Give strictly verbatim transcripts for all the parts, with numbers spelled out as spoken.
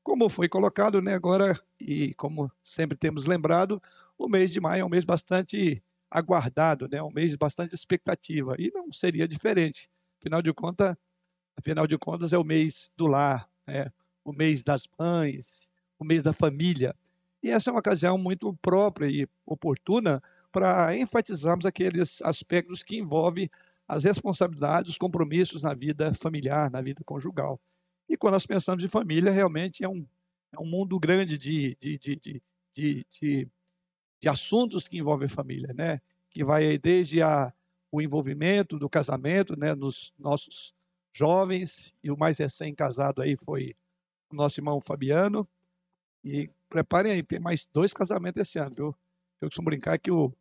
Como foi colocado, né, agora, e como sempre temos lembrado, o mês de maio é um mês bastante aguardado, né, um mês de bastante expectativa, e não seria diferente. Afinal de conta afinal de contas é o mês do lar, né, o mês das mães, o mês da família. E essa é uma ocasião muito própria e oportuna para enfatizarmos aqueles aspectos que envolvem as responsabilidades, os compromissos na vida familiar, na vida conjugal. E quando nós pensamos em família, realmente é um é um mundo grande de de de de de de de assuntos que envolvem família, né, que vai aí desde a o envolvimento do casamento, né, nos nossos jovens, e o mais recém-casado aí foi o nosso irmão Fabiano, e preparem aí, tem mais dois casamentos esse ano, viu. Eu costumo brincar que o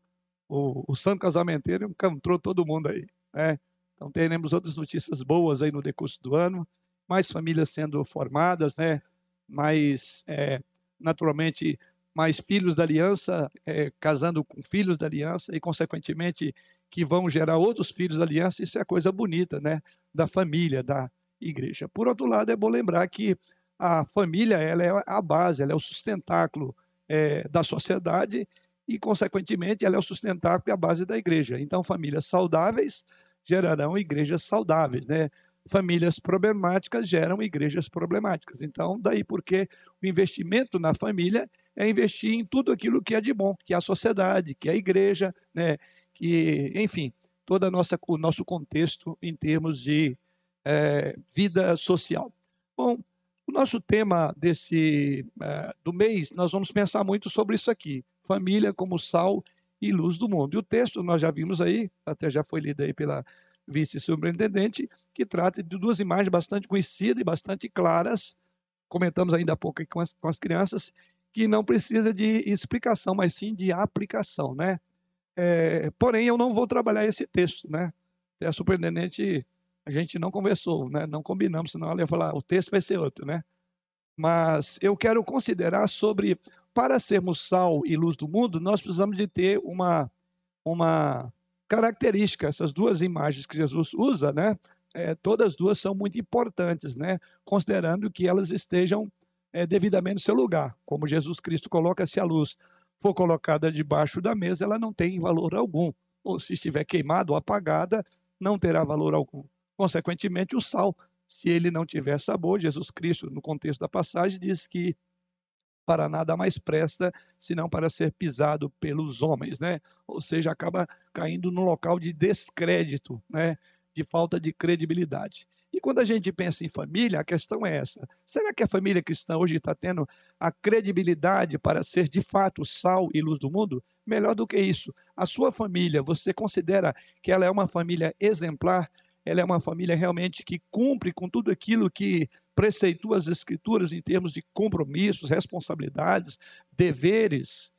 o o santo casamenteiro encantou todo mundo aí, né. Então teremos outras notícias boas aí no decurso do ano, mais famílias sendo formadas, né, mais, eh, naturalmente, mais filhos da aliança, eh, casando com filhos da aliança e, consequentemente, que vão gerar outros filhos da aliança, isso é coisa bonita, né, da família, da igreja. Por outro lado, é bom lembrar que a família, ela é a base, ela é o sustentáculo, eh, da sociedade e, consequentemente, ela é o sustentáculo e a base da igreja. Então, famílias saudáveis gerarão igrejas saudáveis, né? Famílias problemáticas geram igrejas problemáticas. Então, daí porque o investimento na família é investir em tudo aquilo que é de bom, que é a sociedade, que é a igreja, né? Que, enfim, todo a nossa, o nosso contexto em termos de eh, vida social. Bom, o nosso tema desse eh, do mês, nós vamos pensar muito sobre isso aqui, família como sal e luz do mundo. E o texto nós já vimos aí, até já foi lido aí pela vice-superintendente, que trata de duas imagens bastante conhecidas e bastante claras, comentamos ainda há pouco aí com as, com as crianças, que não precisa de explicação, mas sim de aplicação, né? Eh, porém, eu não vou trabalhar esse texto, né? Até a superintendente, a gente não conversou, né? Não combinamos, senão ela ia falar, o texto vai ser outro, né? Mas eu quero considerar sobre, para sermos sal e luz do mundo, nós precisamos de ter uma uma característica, essas duas imagens que Jesus usa, né, eh, todas duas são muito importantes, né, considerando que elas estejam, eh, devidamente no seu lugar. Como Jesus Cristo coloca, se a luz for colocada debaixo da mesa, ela não tem valor algum, ou se estiver queimada ou apagada, não terá valor algum. Consequentemente, o sal, se ele não tiver sabor, Jesus Cristo, no contexto da passagem, diz que para nada mais presta, senão para ser pisado pelos homens, né? Ou seja, acaba caindo num local de descrédito, né? De falta de credibilidade. E quando a gente pensa em família, a questão é essa: será que a família cristã hoje está tendo a credibilidade para ser de fato sal e luz do mundo? Melhor do que isso, a sua família, você considera que ela é uma família exemplar? Ela é uma família realmente que cumpre com tudo aquilo que preceitua as Escrituras em termos de compromissos, responsabilidades, deveres?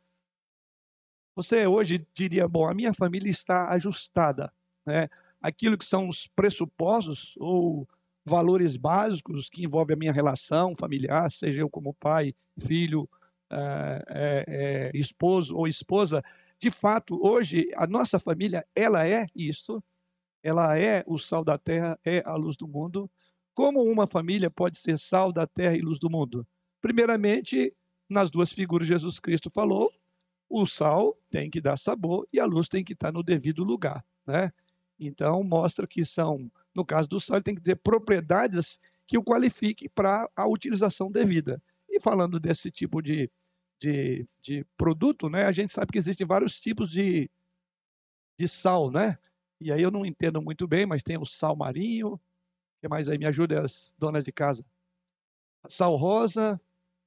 Você hoje diria: bom, a minha família está ajustada, né? Aquilo que são os pressupostos ou valores básicos que envolvem a minha relação familiar, seja eu como pai, filho, eh eh eh, esposo ou esposa, de fato, hoje a nossa família, ela é isso, ela é o sal da terra, é a luz do mundo. Como uma família pode ser sal da terra e luz do mundo? Primeiramente, nas duas figuras Jesus Cristo falou, o sal tem que dar sabor e a luz tem que estar no devido lugar, né? Então mostra que são, no caso do sal, ele tem que ter propriedades que o qualifique para a utilização devida. E falando desse tipo de, de, de produto, né, a gente sabe que existem vários tipos de, de sal, né? E aí eu não entendo muito bem, mas tem o sal marinho, o que mais aí? Me ajuda as donas de casa. Sal rosa,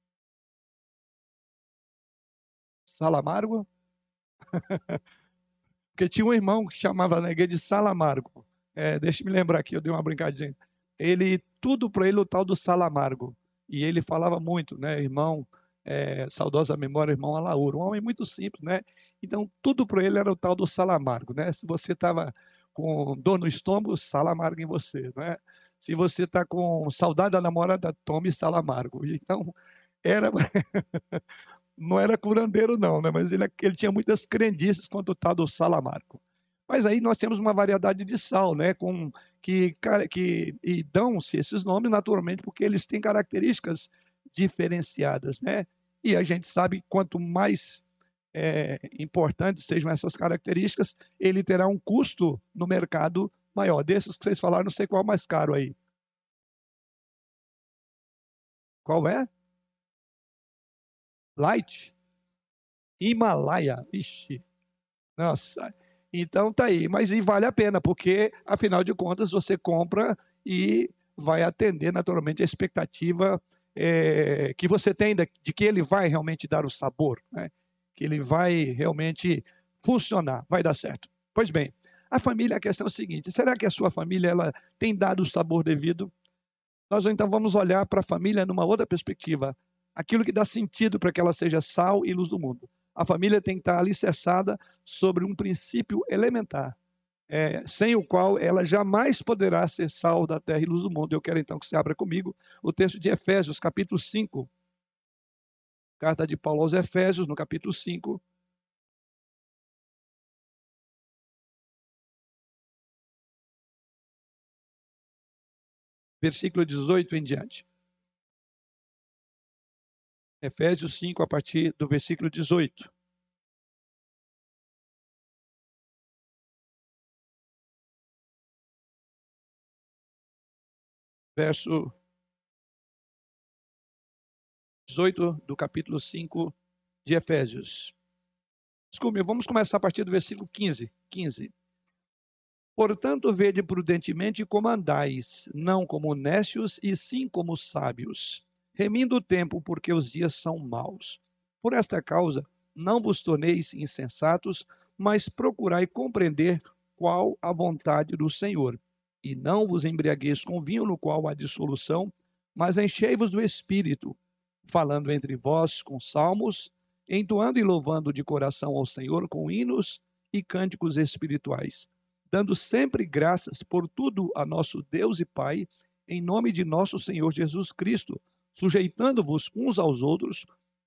sal amargo, porque tinha um irmão que chamava na igreja de sal amargo. É, deixa eu me lembrar aqui, eu dei uma brincadinha. Ele, tudo para ele o tal do sal amargo. E ele falava muito, né, irmão, é, saudosa memória, irmão Alauro, um homem muito simples, né? Então, tudo para ele era o tal do sal amargo, né? Se você estava com dor no estômago, sal amargo em você, né? Se você está com saudade da namorada, tome sal amargo. Então, era não era curandeiro não, né, mas ele ele tinha muitas crendices quanto ao tal do sal amargo. Mas aí nós temos uma variedade de sal, né, com que cara que e dão-se esses nomes naturalmente porque eles têm características diferenciadas, né? E a gente sabe que quanto mais é, importantes sejam essas características, ele terá um custo no mercado maior. Desses que vocês falaram, não sei qual é o mais caro aí. Qual é? Light? Himalaia. Ixi, nossa. Então tá aí, mas e vale a pena, porque afinal de contas você compra e vai atender naturalmente a expectativa é, que você tem de, de que ele vai realmente dar o sabor, né? Que ele vai realmente funcionar, vai dar certo. Pois bem, a família, a questão é a seguinte: será que a sua família ela tem dado o sabor devido? Nós então vamos olhar para a família numa outra perspectiva, aquilo que dá sentido para que ela seja sal e luz do mundo. A família tem que estar alicerçada sobre um princípio elementar, é, sem o qual ela jamais poderá ser sal da terra e luz do mundo. Eu quero então que você abra comigo o texto de Efésios, capítulo cinco. Carta de Paulo aos Efésios, no capítulo cinco. Versículo dezoito em diante. Efésios cinco, a partir do versículo dezoito. Verso dezoito do capítulo cinco de Efésios. Desculpe, vamos começar a partir do versículo quinze. quinze. Portanto, vede prudentemente como andais, não como necios, e sim como sábios, remindo o tempo, porque os dias são maus. Por esta causa, não vos torneis insensatos, mas procurai compreender qual a vontade do Senhor. E não vos embriagueis com vinho, no qual há dissolução, mas enchei-vos do Espírito, falando entre vós com salmos, entoando e louvando de coração ao Senhor com hinos e cânticos espirituais, dando sempre graças por tudo a nosso Deus e Pai, em nome de nosso Senhor Jesus Cristo, sujeitando-vos uns aos outros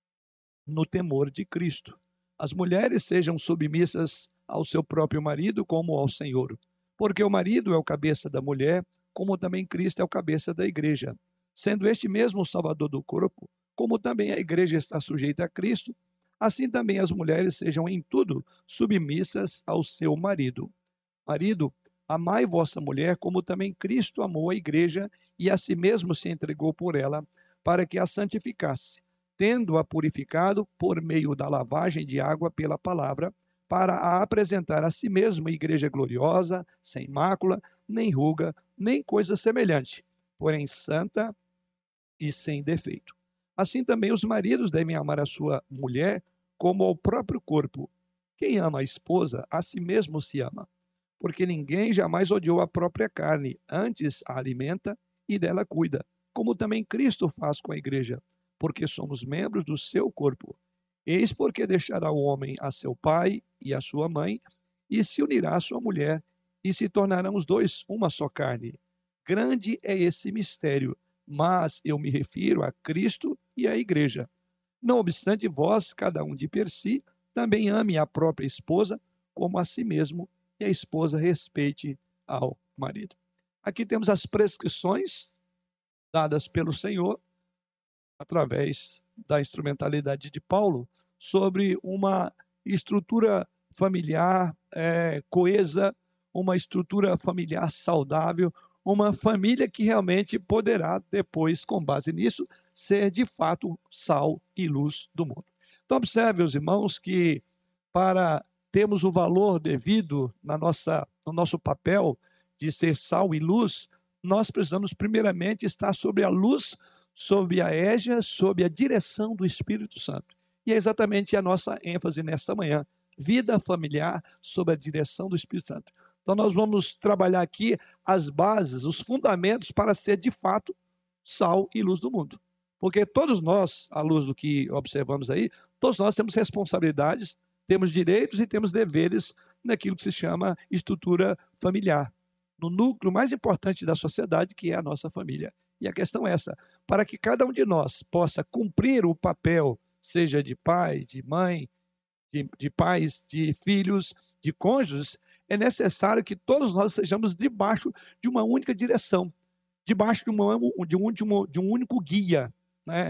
no temor de Cristo. As mulheres sejam submissas ao seu próprio marido como ao Senhor, porque o marido é o cabeça da mulher, como também Cristo é o cabeça da igreja, sendo este mesmo o salvador do corpo, como também a igreja está sujeita a Cristo, assim também as mulheres sejam em tudo submissas ao seu marido. Marido, amai vossa mulher, como também Cristo amou a igreja e a si mesmo se entregou por ela, para que a santificasse, tendo-a purificado por meio da lavagem de água pela palavra, para a apresentar a si mesmo igreja gloriosa, sem mácula, nem ruga, nem coisa semelhante, porém santa e sem defeito. Assim também os maridos devem amar a sua mulher como ao próprio corpo. Quem ama a esposa, a si mesmo se ama, porque ninguém jamais odiou a própria carne, antes a alimenta e dela cuida, como também Cristo faz com a igreja, porque somos membros do seu corpo. Eis porque deixará o homem a seu pai e a sua mãe, e se unirá à sua mulher, e se tornarão os dois uma só carne. Grande é esse mistério, mas eu me refiro a Cristo e à igreja. Não obstante, vós, cada um de per si, também ame a própria esposa como a si mesmo, e a esposa respeite ao marido. Aqui temos as prescrições dadas pelo Senhor, através da instrumentalidade de Paulo, sobre uma estrutura familiar é, coesa, uma estrutura familiar saudável, uma família que realmente poderá depois, com base nisso, ser de fato sal e luz do mundo. Então observe, meus irmãos, que para termos o valor devido na nossa, no nosso papel de ser sal e luz, nós precisamos primeiramente estar sobre a luz, sob a égia, sob a direção do Espírito Santo. E é exatamente a nossa ênfase nesta manhã, vida familiar sob a direção do Espírito Santo. Então nós vamos trabalhar aqui as bases, os fundamentos para ser de fato sal e luz do mundo. Porque todos nós, à luz do que observamos aí, todos nós temos responsabilidades, temos direitos e temos deveres naquilo que se chama estrutura familiar, no núcleo mais importante da sociedade, que é a nossa família. E a questão é essa: para que cada um de nós possa cumprir o papel, seja de pai, de mãe, de, de pais, de filhos, de cônjuges, é necessário que todos nós sejamos debaixo de uma única direção, debaixo de, uma, de, um, de, um, de um único guia, né?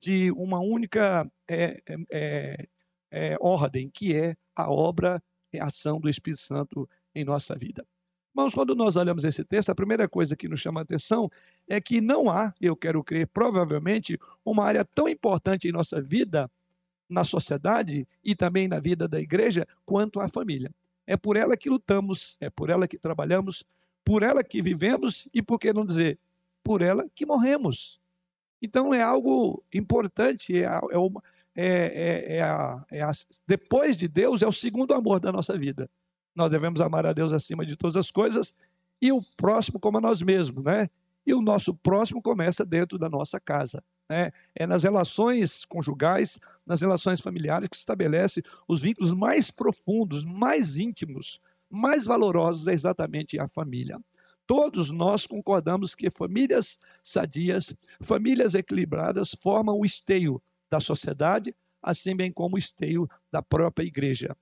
de uma única é, é, é, é, ordem, que é a obra e a ação do Espírito Santo em nossa vida. Mas quando nós olhamos esse texto, a primeira coisa que nos chama a atenção é que não há, eu quero crer, provavelmente, uma área tão importante em nossa vida, na sociedade e também na vida da igreja, quanto a família. É por ela que lutamos, é por ela que trabalhamos, por ela que vivemos e, por que não dizer, por ela que morremos. Então é algo importante, é, é, uma, é, é, é, a, é a, depois de Deus, é o segundo amor da nossa vida. Nós devemos amar a Deus acima de todas as coisas e o próximo como a nós mesmos, né? E o nosso próximo começa dentro da nossa casa, né? É nas relações conjugais, nas relações familiares que se estabelece os vínculos mais profundos, mais íntimos, mais valorosos, é exatamente a família. Todos nós concordamos que famílias sadias, famílias equilibradas formam o esteio da sociedade, assim bem como o esteio da própria igreja.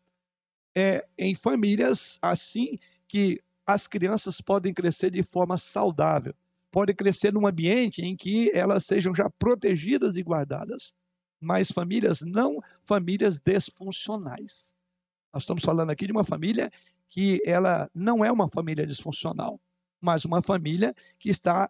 É em famílias assim que as crianças podem crescer de forma saudável, podem crescer num ambiente em que elas sejam já protegidas e guardadas, mas famílias não famílias disfuncionais. Nós estamos falando aqui de uma família que ela não é uma família disfuncional, mas uma família que está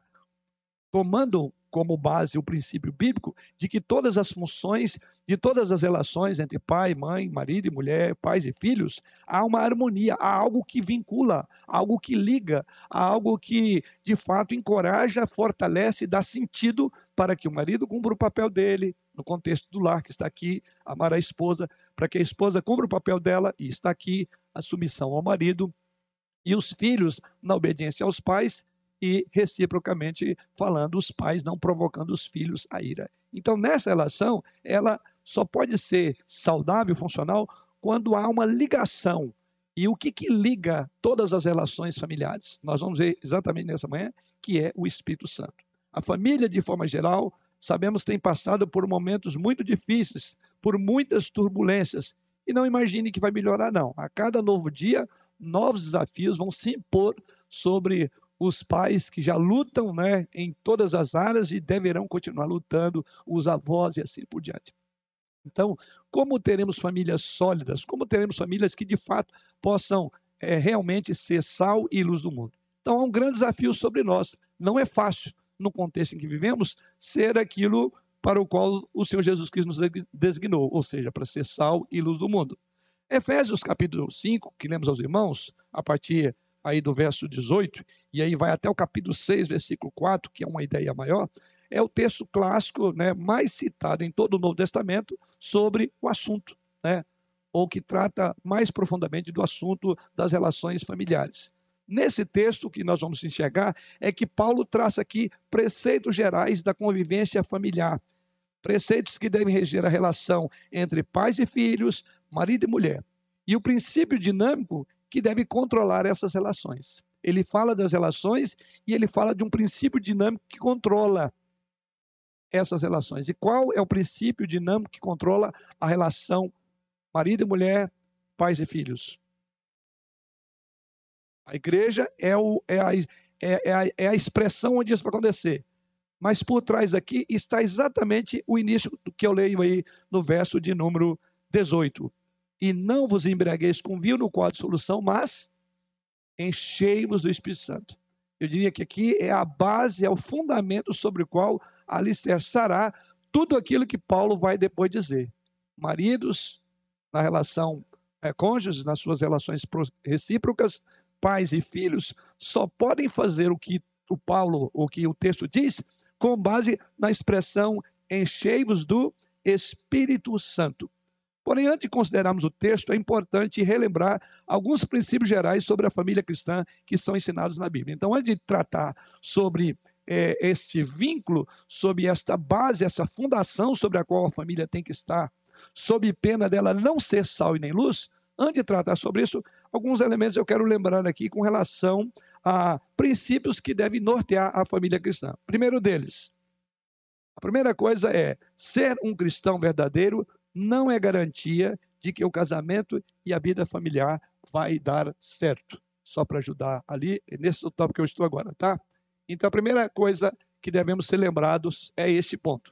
tomando como base o princípio bíblico de que todas as funções, de todas as relações entre pai, mãe, marido e mulher, pais e filhos, há uma harmonia, há algo que vincula, algo que liga, há algo que de fato encoraja, fortalece, dá sentido para que o marido cumpra o papel dele, no contexto do lar que está aqui, amar a esposa, para que a esposa cumpra o papel dela, e está aqui a submissão ao marido, e os filhos na obediência aos pais, e reciprocamente falando, os pais não provocando os filhos a ira. Então, nessa relação, ela só pode ser saudável, funcional, quando há uma ligação. E o que, que liga todas as relações familiares? Nós vamos ver exatamente nessa manhã, que é o Espírito Santo. A família, de forma geral, sabemos, tem passado por momentos muito difíceis, por muitas turbulências. E não imagine que vai melhorar, não. A cada novo dia, novos desafios vão se impor sobre os pais que já lutam, né, em todas as áreas e deverão continuar lutando, os avós e assim por diante. Então, como teremos famílias sólidas? Como teremos famílias que, de fato, possam é, realmente ser sal e luz do mundo? Então, há um grande desafio sobre nós. Não é fácil, no contexto em que vivemos, ser aquilo para o qual o Senhor Jesus Cristo nos designou, ou seja, para ser sal e luz do mundo. Efésios capítulo cinco, que lemos aos irmãos, a partir aí do verso dezoito, e aí vai até o capítulo seis, versículo quatro, que é uma ideia maior, é o texto clássico, né, mais citado em todo o Novo Testamento sobre o assunto, né, ou que trata mais profundamente do assunto das relações familiares. Nesse texto, o que nós vamos enxergar é que Paulo traça aqui preceitos gerais da convivência familiar, preceitos que devem reger a relação entre pais e filhos, marido e mulher, e o princípio dinâmico que deve controlar essas relações. Ele fala das relações e ele fala de um princípio dinâmico que controla essas relações. E qual é o princípio dinâmico que controla a relação marido e mulher, pais e filhos? A igreja é, o, é, a, é, é, a, é a expressão onde isso vai acontecer. Mas por trás aqui está exatamente o início do que eu leio aí no verso de número dezoito. E não vos embriagueis com vinho, no qual há dissolução, mas enchei-vos do Espírito Santo. Eu diria que aqui é a base, é o fundamento sobre o qual alicerçará tudo aquilo que Paulo vai depois dizer. Maridos, na relação é, cônjuges, nas suas relações recíprocas, pais e filhos, só podem fazer o que o Paulo, o que o texto diz, com base na expressão enchei-vos do Espírito Santo. Porém, antes de considerarmos o texto, é importante relembrar alguns princípios gerais sobre a família cristã que são ensinados na Bíblia. Então, antes de tratar sobre é, este vínculo, sobre esta base, essa fundação sobre a qual a família tem que estar, sob pena dela não ser sal e nem luz, antes de tratar sobre isso, alguns elementos eu quero lembrar aqui com relação a princípios que devem nortear a família cristã. Primeiro deles, a primeira coisa é, ser um cristão verdadeiro não é garantia de que o casamento e a vida familiar vai dar certo. Só para ajudar ali, nesse tópico que eu estou agora, tá? Então, a primeira coisa que devemos ser lembrados é este ponto.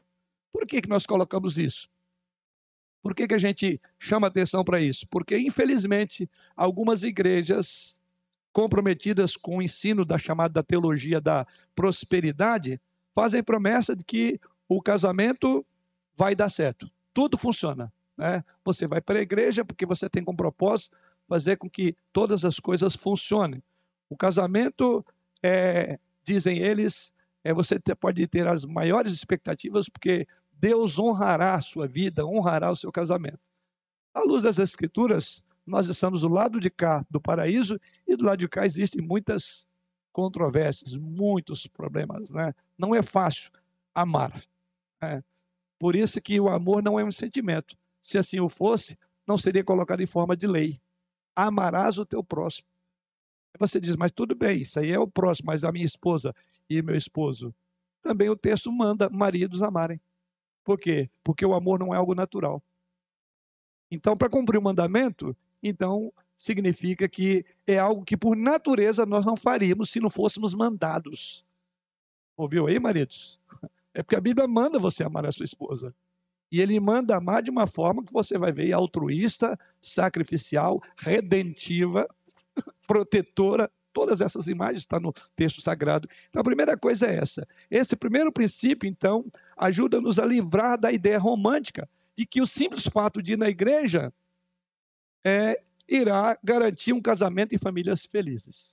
Por que, que nós colocamos isso? Por que, que a gente chama atenção para isso? Porque, infelizmente, algumas igrejas comprometidas com o ensino da chamada teologia da prosperidade fazem promessa de que o casamento vai dar certo. Tudo funciona, né? Você vai para a igreja porque você tem como propósito fazer com que todas as coisas funcionem. O casamento, é, dizem eles, é, você pode ter as maiores expectativas porque Deus honrará a sua vida, honrará o seu casamento. À luz das Escrituras, nós estamos do lado de cá do paraíso e do lado de cá existem muitas controvérsias, muitos problemas, né? Não é fácil amar, né? Por isso que o amor não é um sentimento. Se assim o fosse, não seria colocado em forma de lei. Amarás o teu próximo. Você diz, mas tudo bem, isso aí é o próximo, mas a minha esposa e meu esposo. Também o texto manda maridos amarem. Por quê? Porque o amor não é algo natural. Então, para cumprir o mandamento, então significa que é algo que por natureza nós não faríamos se não fôssemos mandados. Ouviu aí, maridos? É porque a Bíblia manda você amar a sua esposa. E ele manda amar de uma forma que você vai ver altruísta, sacrificial, redentiva, protetora. Todas essas imagens estão no texto sagrado. Então, a primeira coisa é essa. Esse primeiro princípio, então, ajuda-nos a livrar da ideia romântica de que o simples fato de ir na igreja é, irá garantir um casamento e famílias felizes.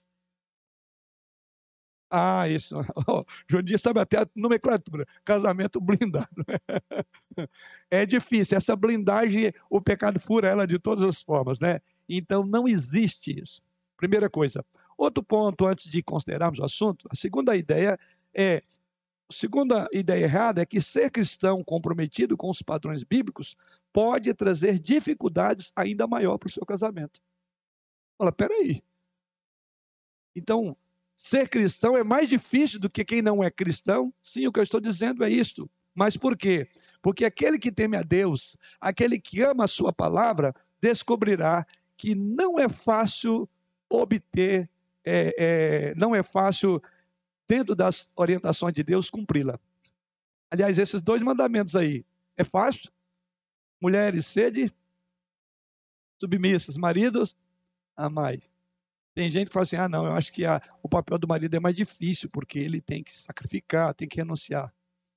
Ah, isso. Oh, João Dias sabe até a nomenclatura. Casamento blindado. É difícil. Essa blindagem, o pecado fura ela de todas as formas, né? Então, não existe isso. Primeira coisa. Outro ponto, antes de considerarmos o assunto, a segunda ideia é, a segunda ideia errada é que ser cristão comprometido com os padrões bíblicos pode trazer dificuldades ainda maior para o seu casamento. Fala, peraí. Então, ser cristão é mais difícil do que quem não é cristão? Sim, o que eu estou dizendo é isto. Mas por quê? Porque aquele que teme a Deus, aquele que ama a sua palavra, descobrirá que não é fácil obter, é, é, não é fácil, dentro das orientações de Deus, cumpri-la. Aliás, esses dois mandamentos aí, é fácil? Mulheres, sede submissas, maridos, amai. Tem gente que fala assim, ah, não, eu acho que a, o papel do marido é mais difícil, porque ele tem que sacrificar, tem que renunciar.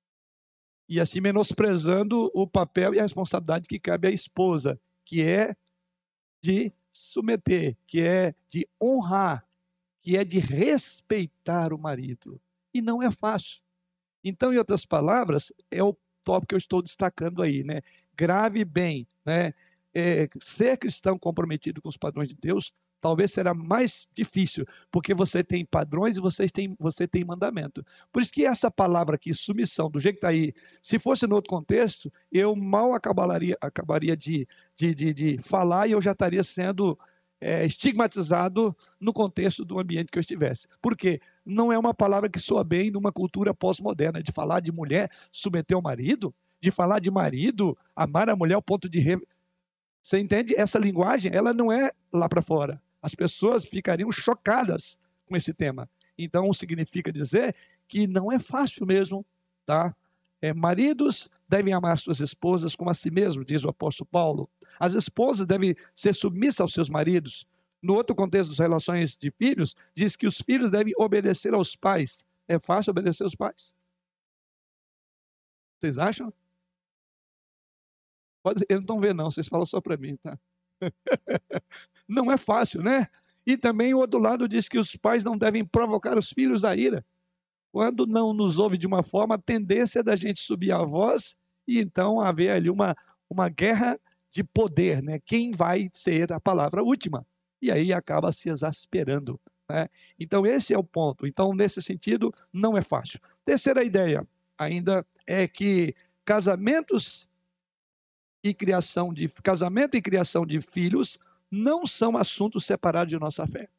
E assim menosprezando o papel e a responsabilidade que cabe à esposa, que é de submeter, que é de honrar, que é de respeitar o marido. E não é fácil. Então, em outras palavras, é o tópico que eu estou destacando aí, né? Grave bem, né? É, ser cristão comprometido com os padrões de Deus talvez será mais difícil, porque você tem padrões e você tem, você tem mandamento. Por isso que essa palavra aqui, submissão, do jeito que está aí, se fosse em outro contexto, eu mal acabaria, acabaria de, de, de, de falar e eu já estaria sendo é, estigmatizado no contexto do ambiente que eu estivesse. Por quê? Não é uma palavra que soa bem numa cultura pós-moderna, de falar de mulher submeter ao marido, de falar de marido amar a mulher ao ponto de... Re... Você entende? Essa linguagem, ela não é lá para fora. As pessoas ficariam chocadas com esse tema. Então, significa dizer que não é fácil mesmo, tá? É, maridos devem amar suas esposas como a si mesmo, diz o apóstolo Paulo. As esposas devem ser submissas aos seus maridos. No outro contexto das relações de filhos, diz que os filhos devem obedecer aos pais. É fácil obedecer aos pais? Vocês acham? Pode, eles não estão vendo, não. Vocês falam só para mim, tá? Não é fácil, né? E também o outro lado diz que os pais não devem provocar os filhos à ira. Quando não nos ouve de uma forma, a tendência é da gente subir a voz e então haver ali uma, uma guerra de poder, né? Quem vai ser a palavra última? E aí acaba se exasperando, né? Então esse é o ponto. Então, nesse sentido, não é fácil. Terceira ideia ainda é que casamentos e criação de casamento e criação de filhos não são assuntos separados de nossa fé.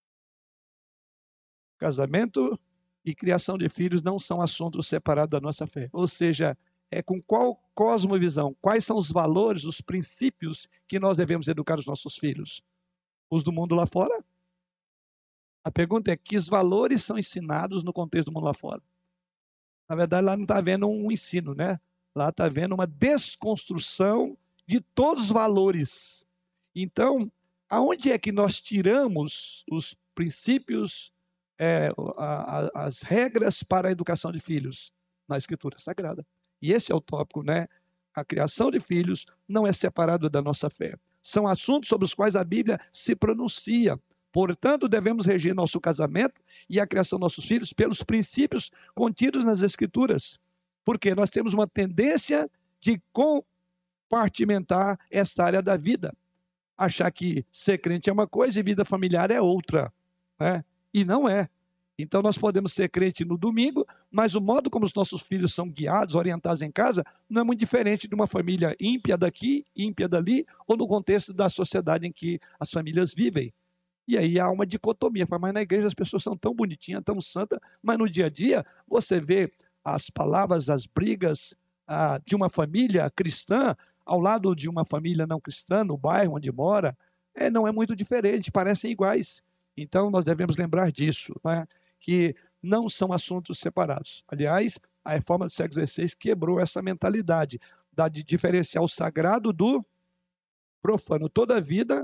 Casamento e criação de filhos não são assuntos separados da nossa fé. Ou seja, é com qual cosmovisão, quais são os valores, os princípios que nós devemos educar os nossos filhos? Os do mundo lá fora? A pergunta é, que os valores são ensinados no contexto do mundo lá fora? Na verdade, lá não está havendo um ensino, né? Lá está havendo uma desconstrução de todos os valores. Então, aonde é que nós tiramos os princípios, é, a, a, as regras para a educação de filhos? Na Escritura Sagrada. E esse é o tópico, né? A criação de filhos não é separado da nossa fé. São assuntos sobre os quais a Bíblia se pronuncia. Portanto, devemos reger nosso casamento e a criação dos nossos filhos pelos princípios contidos nas Escrituras. Porque nós temos uma tendência de compartimentar essa área da vida. Achar que ser crente é uma coisa e vida familiar é outra, né? E não é. Então nós podemos ser crente no domingo, mas o modo como os nossos filhos são guiados, orientados em casa, não é muito diferente de uma família ímpia daqui, ímpia dali, ou no contexto da sociedade em que as famílias vivem. E aí há uma dicotomia. Mas na igreja as pessoas são tão bonitinhas, tão santas, mas no dia a dia você vê as palavras, as brigas ah, de uma família cristã ao lado de uma família não cristã, no bairro onde mora, é, não é muito diferente, parecem iguais. Então nós devemos lembrar disso, né? Que não são assuntos separados. Aliás, a reforma do século dezesseis quebrou essa mentalidade de diferenciar o sagrado do profano. Toda vida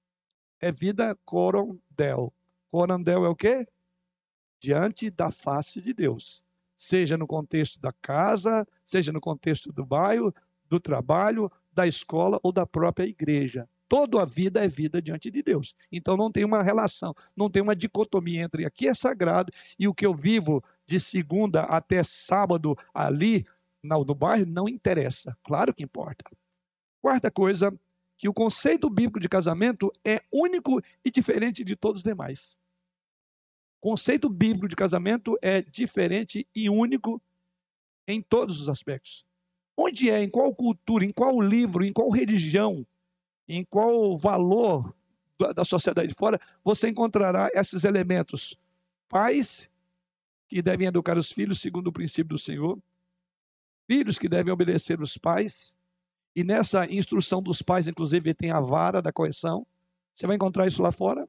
é vida corondel. Corondel é o quê? Diante da face de Deus. Seja no contexto da casa, seja no contexto do bairro, do trabalho, da escola ou da própria igreja. Toda a vida é vida diante de Deus. Então não tem uma relação, não tem uma dicotomia entre aqui é sagrado e o que eu vivo de segunda até sábado ali no, no bairro não interessa. Claro que importa. Quarta coisa, que o conceito bíblico de casamento é único e diferente de todos os demais. O conceito bíblico de casamento é diferente e único em todos os aspectos. Onde é, em qual cultura, em qual livro, em qual religião, em qual valor da sociedade de fora, você encontrará esses elementos. Pais que devem educar os filhos segundo o princípio do Senhor, filhos que devem obedecer os pais, e nessa instrução dos pais, inclusive, tem a vara da correção. Você vai encontrar isso lá fora?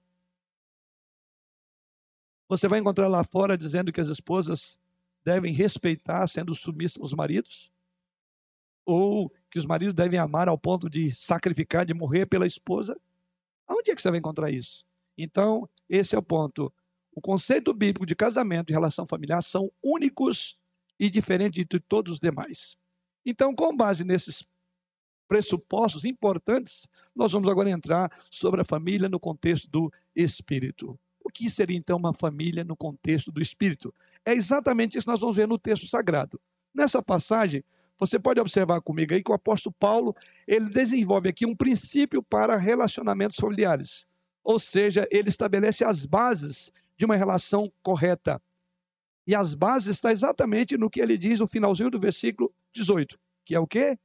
Você vai encontrar lá fora dizendo que as esposas devem respeitar, sendo submissas aos maridos? Ou que os maridos devem amar ao ponto de sacrificar, de morrer pela esposa? Aonde é que você vai encontrar isso? Então, esse é o ponto. O conceito bíblico de casamento e relação familiar são únicos e diferentes de todos os demais. Então, com base nesses pressupostos importantes, nós vamos agora entrar sobre a família no contexto do espírito. O que seria, então, uma família no contexto do espírito? É exatamente isso que nós vamos ver no texto sagrado. Nessa passagem, você pode observar comigo aí que o apóstolo Paulo, ele desenvolve aqui um princípio para relacionamentos familiares. Ou seja, ele estabelece as bases de uma relação correta. E as bases estão exatamente no que ele diz no finalzinho do versículo dezoito, que é o quê?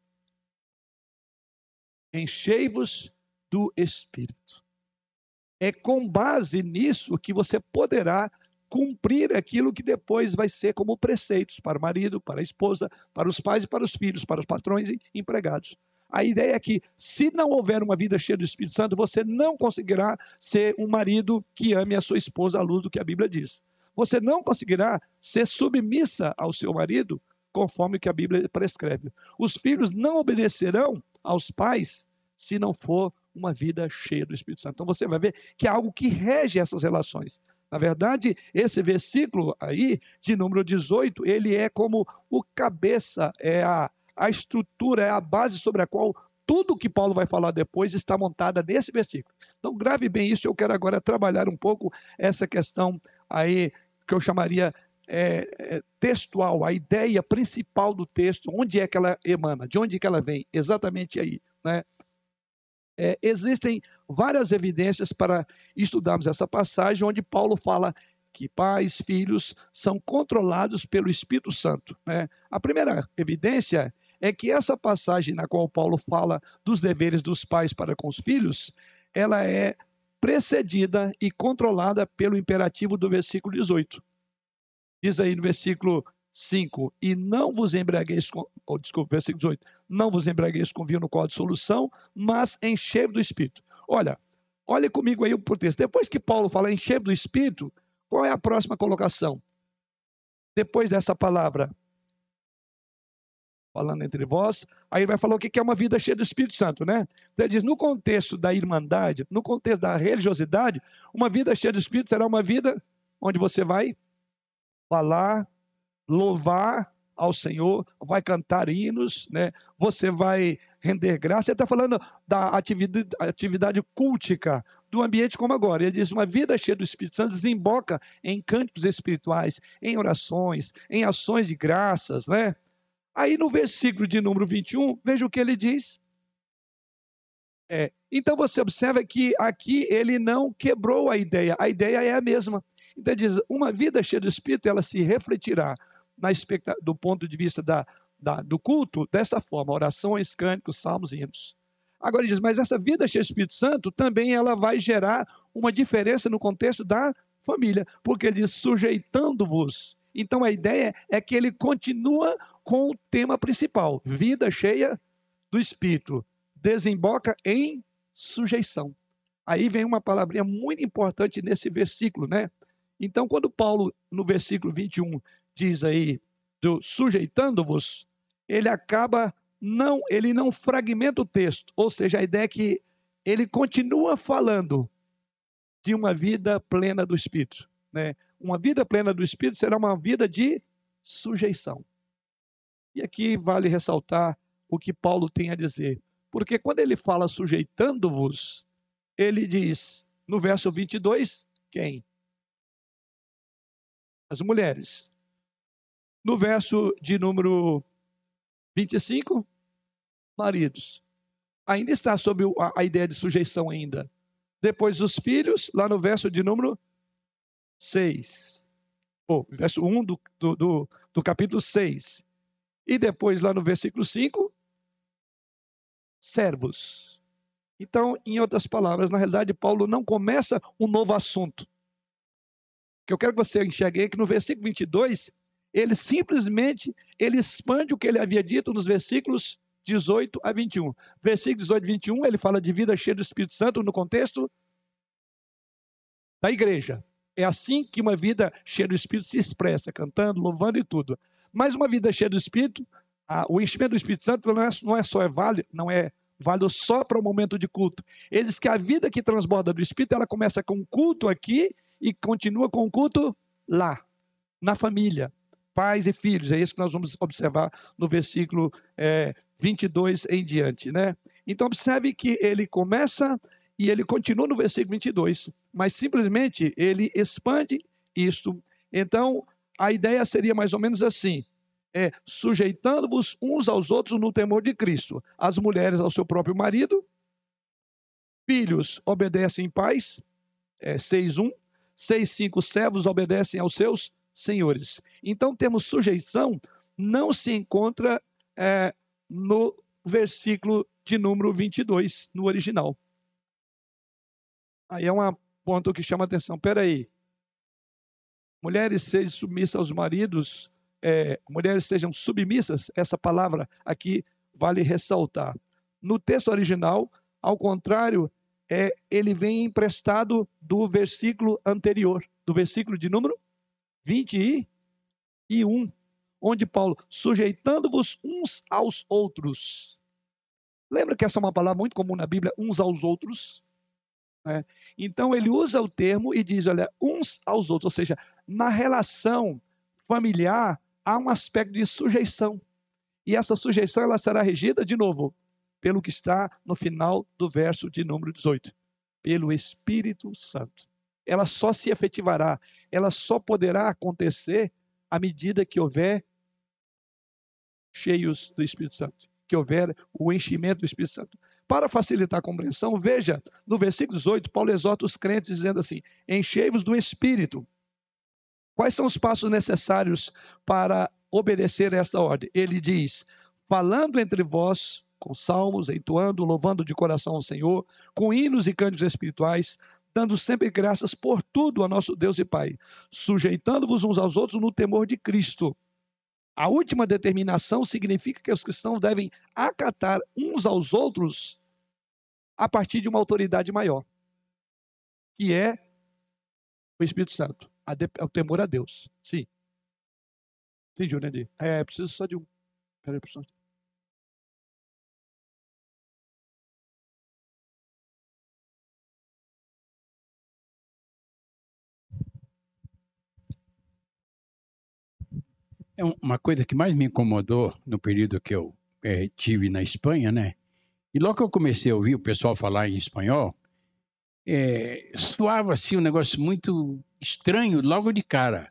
Enchei-vos do Espírito. É com base nisso que você poderá cumprir aquilo que depois vai ser como preceitos para o marido, para a esposa, para os pais e para os filhos, para os patrões e empregados. A ideia é que, se não houver uma vida cheia do Espírito Santo, você não conseguirá ser um marido que ame a sua esposa à luz do que a Bíblia diz. Você não conseguirá ser submissa ao seu marido, conforme o que a Bíblia prescreve. Os filhos não obedecerão aos pais se não for uma vida cheia do Espírito Santo. Então você vai ver que é algo que rege essas relações. Na verdade, esse versículo aí, de número dezoito, ele é como o cabeça, é a, a estrutura, é a base sobre a qual tudo que Paulo vai falar depois está montada nesse versículo. Então grave bem isso, eu quero agora trabalhar um pouco essa questão aí, que eu chamaria é, é, textual, a ideia principal do texto, onde é que ela emana, de onde é que ela vem, exatamente aí, né? É, existem várias evidências para estudarmos essa passagem, onde Paulo fala que pais, filhos são controlados pelo Espírito Santo, né? A primeira evidência é que essa passagem na qual Paulo fala dos deveres dos pais para com os filhos, ela é precedida e controlada pelo imperativo do versículo dezoito. Diz aí no versículo cinco, e não vos embriagueis com, oh, desculpa, versículo dezoito, não vos embriagueis com vinho no qual há dissolução, mas enchei do Espírito. Olha, olha comigo aí o texto. Depois que Paulo fala enchei do Espírito, qual é a próxima colocação? Depois dessa palavra, falando entre vós. Aí ele vai falar o que é uma vida cheia do Espírito Santo, né? Então ele diz, no contexto da irmandade, no contexto da religiosidade, uma vida cheia do Espírito será uma vida onde você vai falar, louvar ao Senhor, vai cantar hinos, né? Você vai render graça. Ele está falando da atividade, atividade cultica, do ambiente como agora. Ele diz, uma vida cheia do Espírito Santo desemboca em cânticos espirituais, em orações, em ações de graças, né? Aí no versículo de número vinte e um, veja o que ele diz. É, então você observa que aqui ele não quebrou a ideia, a ideia é a mesma. Então ele diz, uma vida cheia do Espírito, ela se refletirá na expecta- do ponto de vista da, da, do culto, desta forma, orações, cânticos, salmos e hinos. Agora ele diz, mas essa vida cheia do Espírito Santo também ela vai gerar uma diferença no contexto da família, porque ele diz, sujeitando-vos. Então a ideia é que ele continua com o tema principal, vida cheia do Espírito, desemboca em sujeição. Aí vem uma palavrinha muito importante nesse versículo, né? Então, quando Paulo, no versículo vinte e um, diz aí, do sujeitando-vos, ele acaba, não, ele não fragmenta o texto, ou seja, a ideia é que ele continua falando de uma vida plena do Espírito, né? Uma vida plena do Espírito será uma vida de sujeição. E aqui vale ressaltar o que Paulo tem a dizer, porque quando ele fala sujeitando-vos, ele diz, no verso vinte e dois, quem? As mulheres. No verso de número vinte e cinco, maridos. Ainda está sob a, a ideia de sujeição ainda. Depois os filhos, lá no verso de número seis. Oh, verso um do, do, do, do capítulo seis. E depois lá no versículo cinco, servos. Então, em outras palavras, na realidade, Paulo não começa um novo assunto. O que eu quero que você enxergue é que no versículo vinte e dois, ele simplesmente ele expande o que ele havia dito nos versículos dezoito a vinte e um. Versículo dezoito e vinte e um, ele fala de vida cheia do Espírito Santo no contexto da igreja. É assim que uma vida cheia do Espírito se expressa, cantando, louvando e tudo. Mas uma vida cheia do Espírito, a, o enchimento do Espírito Santo não é, não é só é válido, não é válido só para o momento de culto. Ele diz que a vida que transborda do Espírito, ela começa com culto aqui e continua com culto lá, na família, pais e filhos. É isso que nós vamos observar no versículo é, vinte e dois em diante, né? Então observe que ele começa e ele continua no versículo vinte e dois, mas simplesmente ele expande isto. Então a ideia seria mais ou menos assim, é, sujeitando-vos uns aos outros no temor de Cristo, as mulheres ao seu próprio marido, filhos obedecem pais, é, seis um, seis cinco, servos obedecem aos seus senhores. Então temos sujeição, não se encontra é, no versículo de número vinte e dois, no original. Aí é um ponto que chama a atenção. Espera aí. Mulheres sejam submissas aos maridos, é, mulheres sejam submissas, essa palavra aqui vale ressaltar. No texto original, ao contrário, é, ele vem emprestado do versículo anterior, do versículo de número vinte e um, onde Paulo, sujeitando-vos uns aos outros. Lembra que essa é uma palavra muito comum na Bíblia, uns aos outros? É. Então ele usa o termo e diz, olha, uns aos outros, ou seja, na relação familiar há um aspecto de sujeição. E essa sujeição ela será regida, de novo, pelo que está no final do verso de número dezoito, pelo Espírito Santo. Ela só se efetivará, ela só poderá acontecer à medida que houver cheios do Espírito Santo, que houver o enchimento do Espírito Santo. Para facilitar a compreensão, veja, no versículo dezoito, Paulo exorta os crentes dizendo assim, enchei-vos do Espírito. Quais são os passos necessários para obedecer a esta ordem? Ele diz, falando entre vós, com salmos, entoando, louvando de coração ao Senhor, com hinos e cânticos espirituais, dando sempre graças por tudo a nosso Deus e Pai, sujeitando-vos uns aos outros no temor de Cristo. A última determinação significa que os cristãos devem acatar uns aos outros a partir de uma autoridade maior, que é o Espírito Santo, a de, o temor a Deus. Sim. Sim, Jurandir. É, preciso só de um. Peraí, professor. É um- uma coisa que mais me incomodou no período que eu eh, tive na Espanha, né? E logo que eu comecei a ouvir o pessoal falar em espanhol, eh, soava assim um negócio muito estranho logo de cara.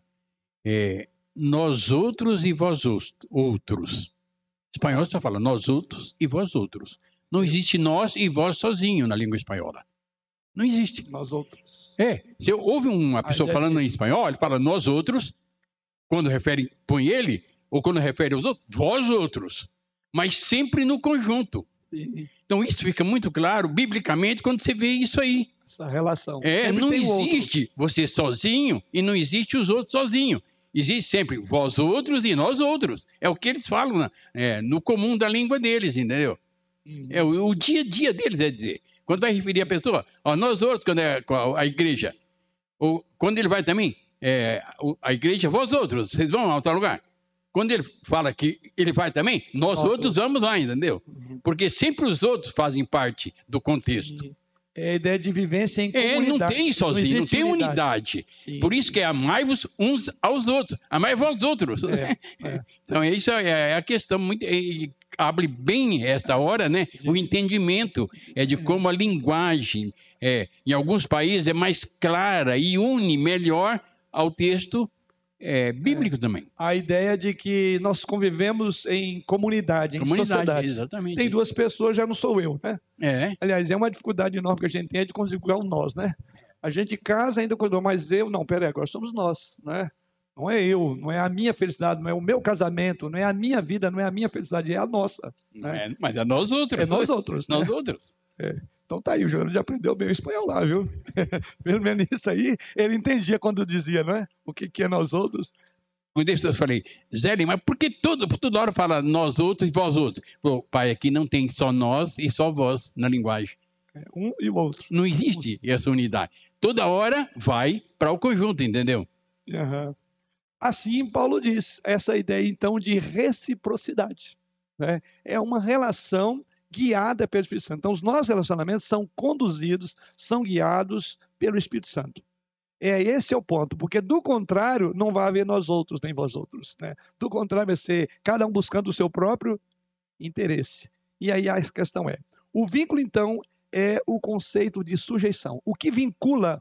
É, nós outros e vós os- outros. Espanhol só fala nós outros e vós outros. Não existe nós e vós sozinho na língua espanhola. Não existe. Nós outros. É, se eu ouve uma pessoa ideia falando de- em espanhol, ele fala nós outros, quando refere, põe ele, ou quando refere aos outros, vós outros. Mas sempre no conjunto. Sim, Então isso fica muito claro, biblicamente, quando você vê isso aí. essa relação. É, Sempre não tem o outro. existe você sozinho e não existe os outros sozinhos. Existe sempre vós outros e nós outros. É o que eles falam na- é, no comum da língua deles, entendeu? Uhum. É o, o dia a dia deles, é dizer. Quando vai referir a pessoa, ó, nós outros, quando é com a, a igreja. Ou quando ele vai também, é, o- a igreja, vós outros, vocês vão a tal lugar. Quando ele fala que ele vai também, nós, Nós outros, outros. vamos lá, entendeu? Uhum. Porque sempre os outros fazem parte do contexto. Sim. É a ideia de vivência em É, comunidade. não tem sozinho, não, existe tem unidade. Sim. Por isso que é amai-vos uns aos outros. Amai-vos aos outros. É, é. Então, isso é a questão muito. E abre bem esta hora, né? O entendimento é de como a linguagem, é, em alguns países, é mais clara e une melhor ao texto é, bíblico também. A ideia de que nós convivemos em comunidade, em Comunidade, sociedade. exatamente. Tem duas pessoas, já não sou eu, né? É, Aliás, é uma dificuldade enorme que a gente tem é de conseguir o nós, né? A gente casa ainda quando, mas eu, não, peraí, agora somos nós, né? Não é eu, não é a minha felicidade, não é o meu casamento, não é a minha vida, não é a minha felicidade, é a nossa. Né? é, mas é nós outros. É nós outros. Nós né? outros. Então tá aí, o Júnior já aprendeu bem o espanhol lá, viu? Pelo menos isso aí, ele entendia quando dizia, não é? O que, que é nós outros. Por isso eu falei, Zé, mas por que todo, toda hora fala nós outros e vós outros? Falou, pai, aqui não tem só nós e só vós na linguagem. É um e o outro. Não existe essa unidade. Toda hora vai para o conjunto, entendeu? Uhum. Assim, Paulo diz, essa ideia então de reciprocidade. Né? É uma relação guiada pelo Espírito Santo. Então, os nossos relacionamentos são conduzidos, são guiados pelo Espírito Santo. É, esse é o ponto, porque do contrário, não vai haver nós outros, nem vós outros. Né? Do contrário, vai ser cada um buscando o seu próprio interesse. E aí a questão é, o vínculo, então, é o conceito de sujeição. O que vincula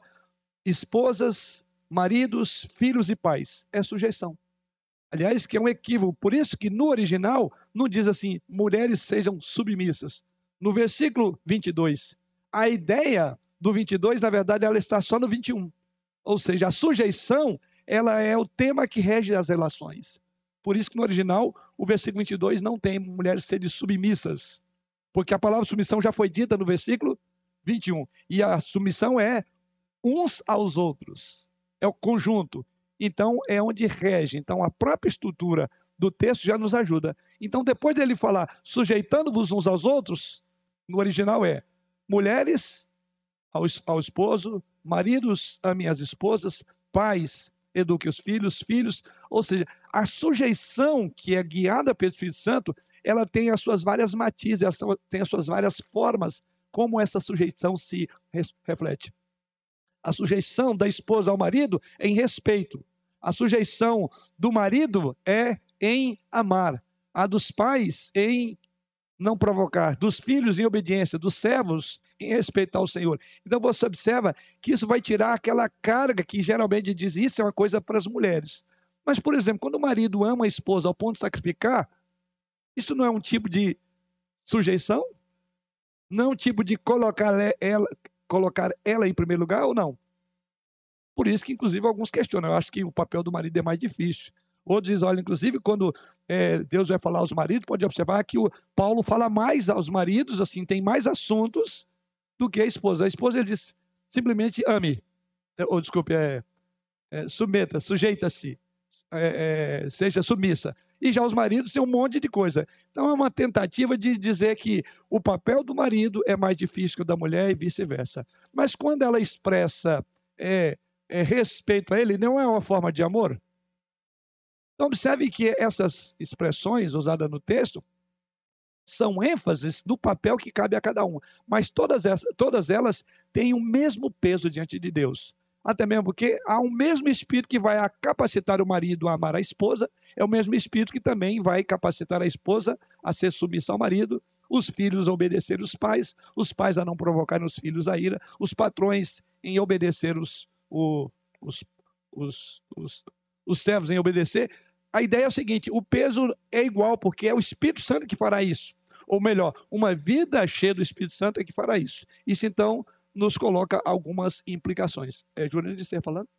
esposas, maridos, filhos e pais é sujeição. Aliás, que é um equívoco. Por isso que no original não diz assim, mulheres sejam submissas. No versículo vinte e dois, a ideia do vinte e dois, na verdade, ela está só no vinte e um. Ou seja, a sujeição, ela é o tema que rege as relações. Por isso que no original, o versículo vinte e dois não tem mulheres sejam submissas. Porque a palavra submissão já foi dita no versículo vinte e um. E a submissão é uns aos outros. É o conjunto. Então, é onde rege. Então, a própria estrutura do texto já nos ajuda. Então, depois dele falar sujeitando-vos uns aos outros, no original é mulheres ao, ao esposo, maridos amem as esposas, pais eduquem os filhos, filhos. Ou seja, a sujeição que é guiada pelo Espírito Santo, ela tem as suas várias matizes, ela tem as suas várias formas, como essa sujeição se reflete. A sujeição da esposa ao marido é em respeito. A sujeição do marido é em amar. A dos pais em não provocar. Dos filhos em obediência. Dos servos em respeitar o Senhor. Então você observa que isso vai tirar aquela carga que geralmente diz isso é uma coisa para as mulheres. Mas, por exemplo, quando o marido ama a esposa ao ponto de sacrificar, isso não é um tipo de sujeição? Não é um tipo de colocar ela, colocar ela em primeiro lugar ou não? Por isso que, inclusive, alguns questionam. Eu acho que o papel do marido é mais difícil. Outros dizem, olha, inclusive, quando é, Deus vai falar aos maridos, pode observar que o Paulo fala mais aos maridos, assim, tem mais assuntos do que a esposa. A esposa, ele diz, simplesmente ame. Ou, desculpe, é, é, submeta, sujeita-se, é, é, seja submissa. E já os maridos têm um monte de coisa. Então, é uma tentativa de dizer que o papel do marido é mais difícil que o da mulher e vice-versa. Mas quando ela expressa é, é, respeito a ele, não é uma forma de amor? Então, observe que essas expressões usadas no texto são ênfases no papel que cabe a cada um. Mas todas, essas, todas elas têm o mesmo peso diante de Deus. Até mesmo porque há um mesmo Espírito que vai capacitar o marido a amar a esposa, é o mesmo Espírito que também vai capacitar a esposa a ser submissa ao marido, os filhos a obedecer os pais, os pais a não provocarem os filhos a ira, os patrões em obedecer os, o, os, os, os, os servos em obedecer. A ideia é o seguinte: o peso é igual, porque é o Espírito Santo que fará isso. Ou melhor, uma vida cheia do Espírito Santo é que fará isso. Isso, então, nos coloca algumas implicações. É Júnior de ser falando?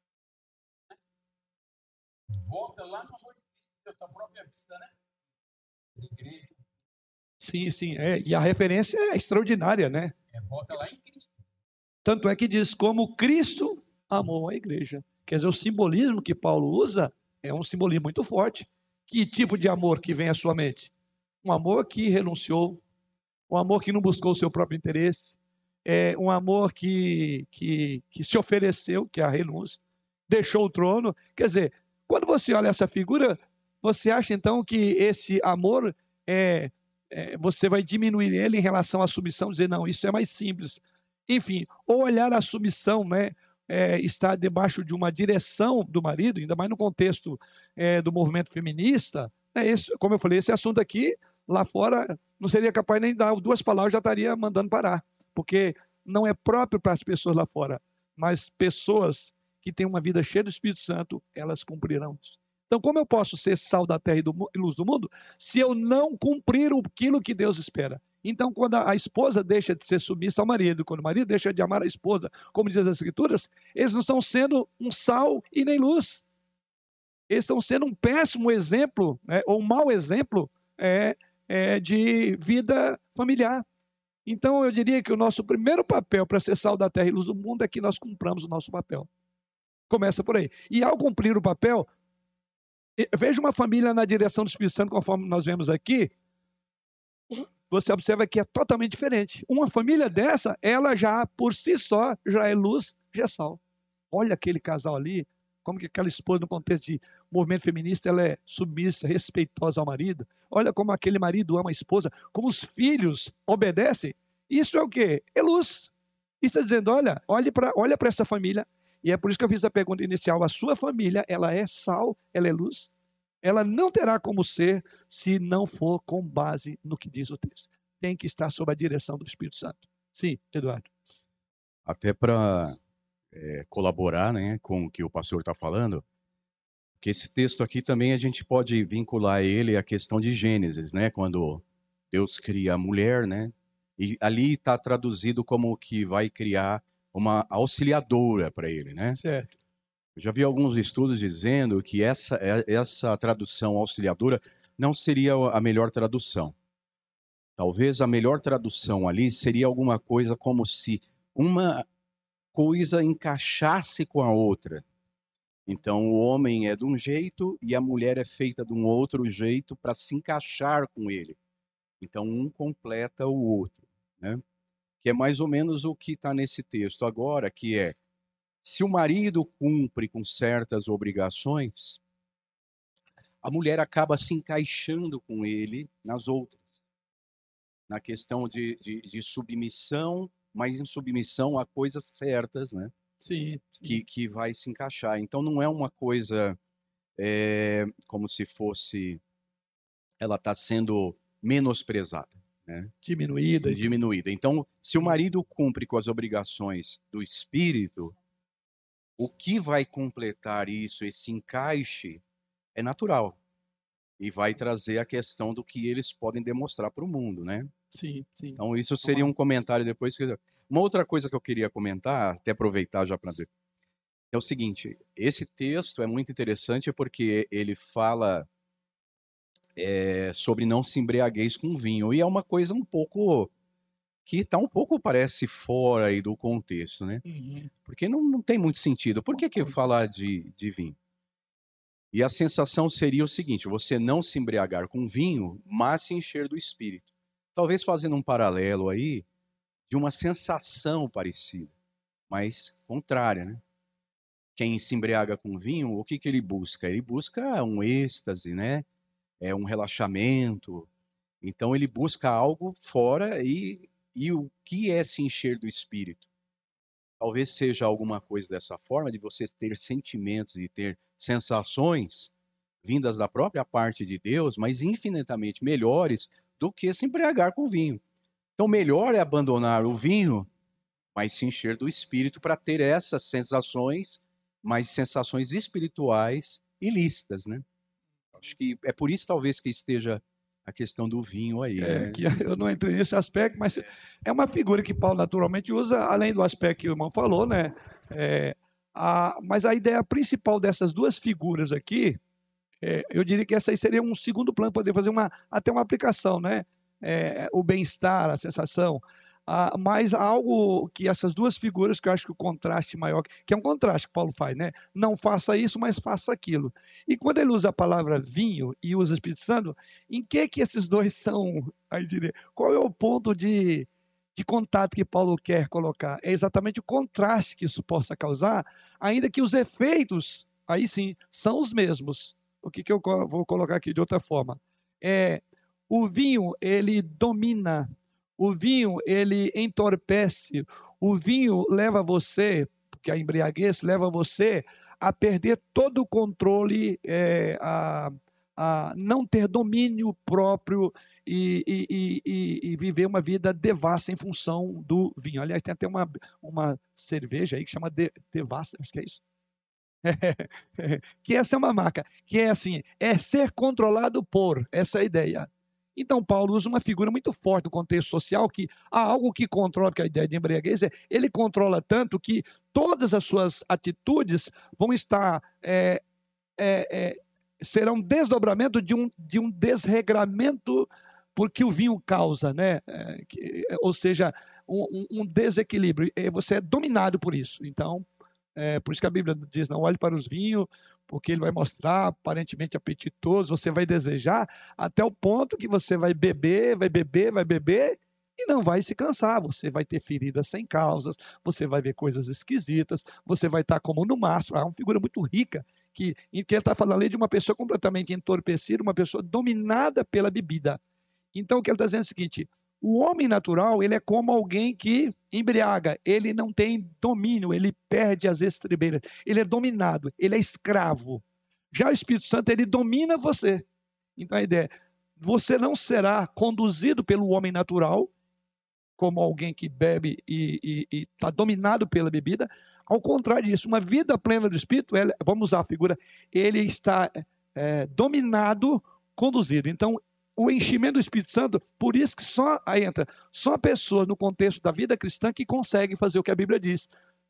Volta lá no amor da tua própria vida, né? Igreja. Sim, sim. É, e a referência é extraordinária, né? É, volta lá em Cristo. Tanto é que diz como Cristo amou a igreja. Quer dizer, o simbolismo que Paulo usa é um simbolismo muito forte. Que tipo de amor que vem à sua mente? Um amor que renunciou, um amor que não buscou o seu próprio interesse, é um amor que, que, que se ofereceu, que é a renúncia, deixou o trono. Quer dizer, quando você olha essa figura, você acha então que esse amor é, é você vai diminuir ele em relação à submissão, dizer, não, isso é mais simples. Enfim, ou olhar a submissão, né? É, estar debaixo de uma direção do marido, ainda mais no contexto é, do movimento feminista, é esse, como eu falei, esse assunto aqui, lá fora, não seria capaz nem de dar duas palavras, já estaria mandando parar, porque não é próprio para as pessoas lá fora, mas pessoas que têm uma vida cheia do Espírito Santo, elas cumprirão isso. Então, como eu posso ser sal da terra e, do, e luz do mundo, se eu não cumprir aquilo que Deus espera? Então, quando a esposa deixa de ser submissa ao marido, quando o marido deixa de amar a esposa, como diz as Escrituras, eles não estão sendo um sal e nem luz. Eles estão sendo um péssimo exemplo, né, ou um mau exemplo é, é, de vida familiar. Então, eu diria que o nosso primeiro papel para ser sal da terra e luz do mundo é que nós cumpramos o nosso papel. Começa por aí. E ao cumprir o papel, veja uma família na direção do Espírito Santo, conforme nós vemos aqui, você observa que é totalmente diferente. Uma família dessa, ela já, por si só, já é luz, já é sal. Olha aquele casal ali, como que aquela esposa, no contexto de movimento feminista, ela é submissa, respeitosa ao marido. Olha como aquele marido ama a esposa, como os filhos obedecem. Isso é o quê? É luz. Isso está dizendo, olha, olhe para olha para essa família. E é por isso que eu fiz a pergunta inicial. A sua família, ela é sal, ela é luz? Ela não terá como ser se não for com base no que diz o texto. Tem que estar sob a direção do Espírito Santo. Sim, Eduardo. Até para é, colaborar, né, com o que o pastor está falando, que esse texto aqui também a gente pode vincular ele à questão de Gênesis, né, quando Deus cria a mulher, né, e ali está traduzido como que vai criar uma auxiliadora para ele, né? Certo. Eu já vi alguns estudos dizendo que essa, essa tradução auxiliadora não seria a melhor tradução. Talvez a melhor tradução ali seria alguma coisa como se uma coisa encaixasse com a outra. Então, o homem é de um jeito e a mulher é feita de um outro jeito para se encaixar com ele. Então, um completa o outro, né? Que é mais ou menos o que está nesse texto agora, que é, se o marido cumpre com certas obrigações, a mulher acaba se encaixando com ele nas outras. Na questão de, de, de submissão, mas em submissão a coisas certas, né? Sim, sim. Que, que vai se encaixar. Então, não é uma coisa é, como se fosse... Ela está sendo menosprezada, né? Diminuída. E diminuída. Então, se o marido cumpre com as obrigações do espírito, o que vai completar isso, esse encaixe, é natural. E vai trazer a questão do que eles podem demonstrar para o mundo, né? Sim, sim. Então, isso seria um comentário depois. Que... Uma outra coisa que eu queria comentar, até aproveitar já para ver, é o seguinte: esse texto é muito interessante porque ele fala é, sobre não se embriagueis com vinho. E é uma coisa um pouco... que está um pouco, parece, fora aí do contexto, né? Uhum. Porque não, não tem muito sentido. Por que, que falar de, de vinho? E a sensação seria o seguinte: você não se embriagar com vinho, mas se encher do Espírito. Talvez fazendo um paralelo aí de uma sensação parecida, mas contrária, né? Quem se embriaga com vinho, o que, que ele busca? Ele busca um êxtase, né? É um relaxamento. Então ele busca algo fora e, e o que é se encher do Espírito? talvez seja alguma coisa dessa forma, de você ter sentimentos e ter sensações vindas da própria parte de Deus, mas infinitamente melhores do que se embriagar com vinho. Então, melhor é abandonar o vinho, mas se encher do Espírito para ter essas sensações, mas sensações espirituais ilícitas, né? Acho que é por isso, talvez, que esteja a questão do vinho aí, É, né? que eu não entrei nesse aspecto, mas é uma figura que Paulo naturalmente usa, além do aspecto que o irmão falou, né? É, a, mas a ideia principal dessas duas figuras aqui, é, eu diria que essa aí seria um segundo plano, poder fazer uma, até uma aplicação, né? É, o bem-estar, a sensação. Ah, mas algo que essas duas figuras, que eu acho que o contraste maior, que é um contraste que Paulo faz, né? Não faça isso, mas faça aquilo. E quando ele usa a palavra vinho e usa o Espírito Santo, em que que esses dois são, aí diria, qual é o ponto de, de contato que Paulo quer colocar? É exatamente o contraste que isso possa causar, ainda que os efeitos, aí sim, são os mesmos. O que, que eu vou colocar aqui de outra forma? É, o vinho, ele domina. O vinho, ele entorpece. O vinho leva você, porque a embriaguez leva você a perder todo o controle, é, a, a não ter domínio próprio e, e, e, e viver uma vida devassa em função do vinho. Aliás, tem até uma, uma cerveja aí que chama de, Devassa, acho que é isso. Que essa é uma marca, que é assim, é ser controlado por, essa é a ideia. Então, Paulo usa uma figura muito forte no contexto social, que há algo que controla, porque a ideia de embriaguez é, ele controla tanto que todas as suas atitudes vão estar, é, é, é, serão desdobramento de um, de um desregramento porque o vinho causa, né? É, que, ou seja, um, um desequilíbrio, você é dominado por isso. Então, é, por isso que a Bíblia diz, não olhe para os vinhos, porque ele vai mostrar aparentemente apetitoso, você vai desejar até o ponto que você vai beber, vai beber, vai beber e não vai se cansar. Você vai ter feridas sem causas, você vai ver coisas esquisitas, você vai estar como no mastro. É uma figura muito rica, que, em que ele está falando ali de uma pessoa completamente entorpecida, uma pessoa dominada pela bebida. Então, o que ele está dizendo é o seguinte: o homem natural, ele é como alguém que embriaga, ele não tem domínio, ele perde as estribeiras, ele é dominado, ele é escravo. Já o Espírito Santo, ele domina você. Então, a ideia é, você não será conduzido pelo homem natural, como alguém que bebe e está dominado pela bebida. Ao contrário disso, uma vida plena do Espírito, ela, vamos usar a figura, ele está é, dominado, conduzido. Então, o enchimento do Espírito Santo, por isso que só aí entra, só pessoas no contexto da vida cristã que conseguem fazer o que a Bíblia diz.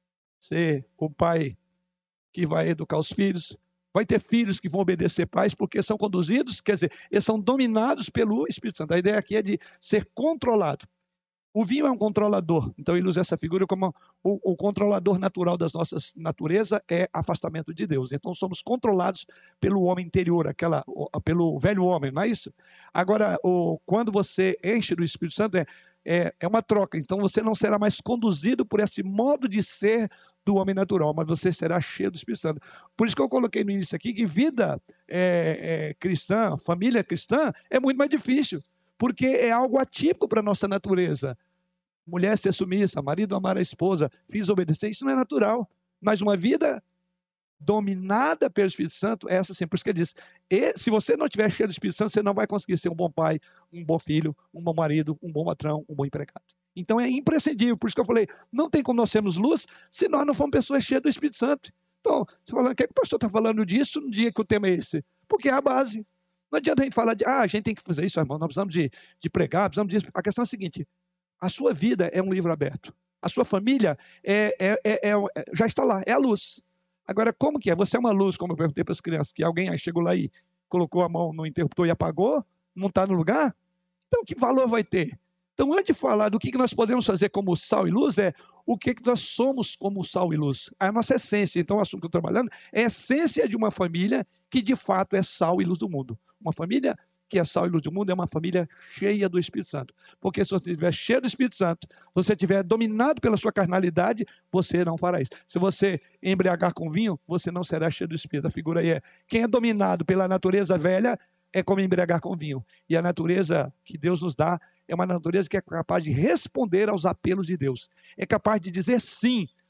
Ser o pai que vai educar os filhos, vai ter filhos que vão obedecer pais, porque são conduzidos, quer dizer, eles são dominados pelo Espírito Santo. A ideia aqui é de ser controlado. O vinho é um controlador, então ele usa essa figura como o, o controlador natural das nossas naturezas é afastamento de Deus. Então somos controlados pelo homem interior, aquela, pelo velho homem, não é isso? Agora, o, quando você enche do Espírito Santo, é, é, é uma troca. Então você não será mais conduzido por esse modo de ser do homem natural, mas você será cheio do Espírito Santo. Por isso que eu coloquei no início aqui que vida é, é, cristã, família cristã, é muito mais difícil, porque é algo atípico para a nossa natureza. Mulher ser submissa, marido amar a esposa, filhos obedecer, isso não é natural. Mas uma vida dominada pelo Espírito Santo, essa sim. Por isso que ele diz, e se você não tiver cheio do Espírito Santo, você não vai conseguir ser um bom pai, um bom filho, um bom marido, um bom patrão, um bom empregado. Então é imprescindível. Por isso que eu falei, não tem como nós sermos luz se nós não formos pessoas cheias do Espírito Santo. Então, você fala, o que, é que o pastor está falando disso no dia que o tema é esse? Porque é a base. Não adianta a gente falar de, ah, a gente tem que fazer isso, irmão, nós precisamos de, de pregar, precisamos disso. A questão é a seguinte, a sua vida é um livro aberto. A sua família é, é, é, é, já está lá, é a luz. Agora, como que é? Você é uma luz, como eu perguntei para as crianças, que alguém aí chegou lá e colocou a mão no interruptor e apagou, não está no lugar? Então, que valor vai ter? Então, antes de falar do que nós podemos fazer como sal e luz, é o que nós somos como sal e luz. A nossa essência. Então, o assunto que eu estou trabalhando é a essência de uma família que, de fato, é sal e luz do mundo. Uma família que é sal e luz do mundo é uma família cheia do Espírito Santo. Porque se você estiver cheio do Espírito Santo, se você estiver dominado pela sua carnalidade, você não fará isso. Se você embriagar com vinho, você não será cheio do Espírito. A figura aí é, quem é dominado pela natureza velha é como embriagar com vinho. E a natureza que Deus nos dá é uma natureza que é capaz de responder aos apelos de Deus. É capaz de dizer sim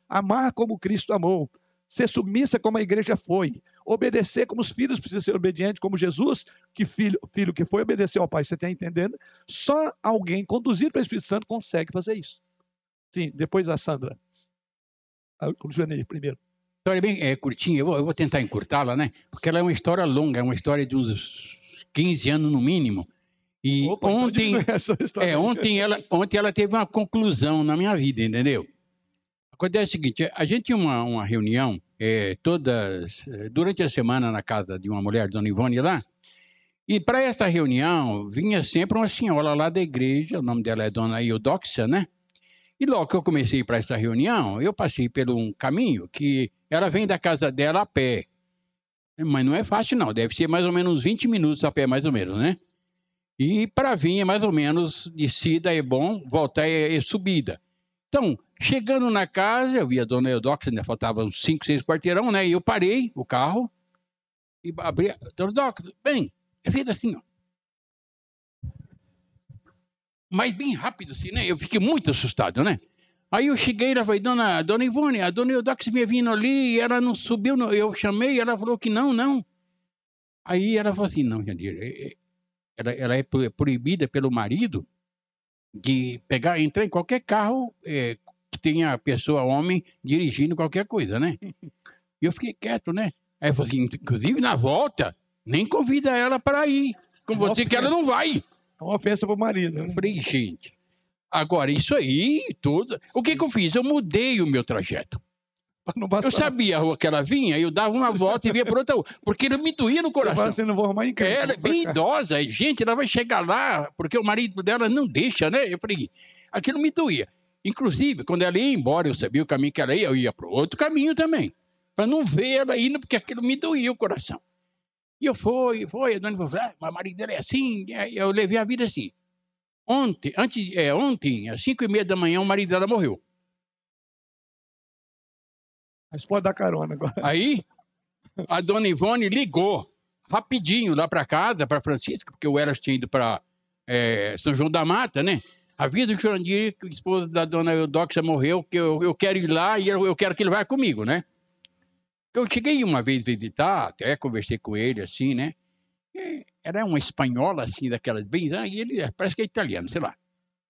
amar como Cristo amou, ser submissa como a igreja foi, obedecer como os filhos precisam ser obedientes, como Jesus, que filho, filho que foi, obedeceu ao Pai. Você está entendendo? Só alguém conduzido pelo Espírito Santo consegue fazer isso. Sim, depois a Sandra. O Janir primeiro. História bem é, curtinha, eu vou, eu vou tentar encurtá-la, né? Porque ela é uma história longa, é uma história de uns quinze anos no mínimo. E Opa, ontem, então essa história é, ontem, ela, ontem ela teve uma conclusão na minha vida, entendeu? Acontece o seguinte, a gente tinha uma, uma reunião é, todas, durante a semana na casa de uma mulher, Dona Ivone, lá, e para esta reunião vinha sempre uma senhora lá da igreja, o nome dela é Dona Eudoxia, né? E logo que eu comecei para essa reunião, eu passei por um caminho que ela vem da casa dela a pé. Mas não é fácil, não. Deve ser mais ou menos vinte minutos a pé, mais ou menos, né? E para vir é mais ou menos descida é bom, voltar é, é subida. Então, chegando na casa, eu vi a Dona Eudoxia, ainda faltava uns cinco, seis quarteirão, né? E eu parei o carro e abri. A Dona Eudoxia, bem, é feito assim, ó. Mas bem rápido, assim, né? Eu fiquei muito assustado, né? Aí eu cheguei e falei, dona, dona Ivone, a Dona Eudoxia vinha vindo ali e ela não subiu, não. Eu chamei e ela falou que não, não. Aí ela falou assim, não, Jandir, ela, ela é proibida pelo marido de pegar, entrar em qualquer carro é, que tenha pessoa, homem, dirigindo qualquer coisa, né? E eu fiquei quieto, né? Aí eu falei assim, inclusive na volta, nem convida ela para ir com você, que ela não vai. É uma ofensa para o marido. Né? Eu falei, gente, agora isso aí, tudo. O que, que eu fiz? Eu mudei o meu trajeto. Eu sabia a rua que ela vinha, eu dava uma volta e vinha para outra rua, porque ele me doía no coração. Você não vou arrumar em casa. Ela é bem idosa, e, gente, ela vai chegar lá, porque o marido dela não deixa, né? Eu falei, aquilo me doía. Inclusive, quando ela ia embora, eu sabia o caminho que ela ia, eu ia para outro caminho também, para não ver ela indo, porque aquilo me doía o coração. E eu fui, foi, a dona falou, ah, mas o marido dela é assim, eu levei a vida assim. Ontem, antes, é, ontem, às cinco e meia da manhã, o marido dela morreu. Mas pode dar carona agora. Aí, a Dona Ivone ligou rapidinho lá para casa, para Francisca, porque o Elas tinha ido para é, São João da Mata, né? Avisa o Jurandir que a esposa da Dona Eudoxia morreu, que eu, eu quero ir lá e eu, eu quero que ele vá comigo, né? Eu cheguei uma vez visitar, até conversei com ele, assim, né? E era uma espanhola, assim, daquelas bem... E ele parece que é italiano, sei lá.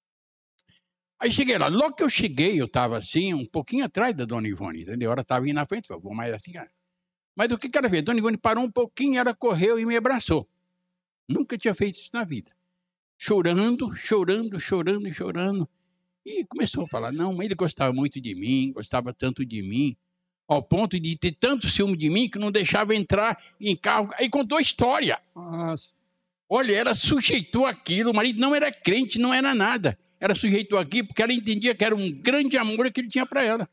Aí cheguei lá. Logo que eu cheguei, eu estava assim, um pouquinho atrás da Dona Ivone, entendeu? Ela estava indo na frente, eu vou mais assim, cara. Mas o que que ela fez? Dona Ivone parou um pouquinho, ela correu e me abraçou. Nunca tinha feito isso na vida. Chorando, chorando, chorando, chorando. E começou a falar, não, mas ele gostava muito de mim, gostava tanto de mim, ao ponto de ter tanto ciúme de mim que não deixava entrar em carro. Aí contou a história. Nossa. Olha, ela sujeitou aquilo, o marido não era crente, não era nada. Ela sujeitou aquilo porque ela entendia que era um grande amor que ele tinha para ela.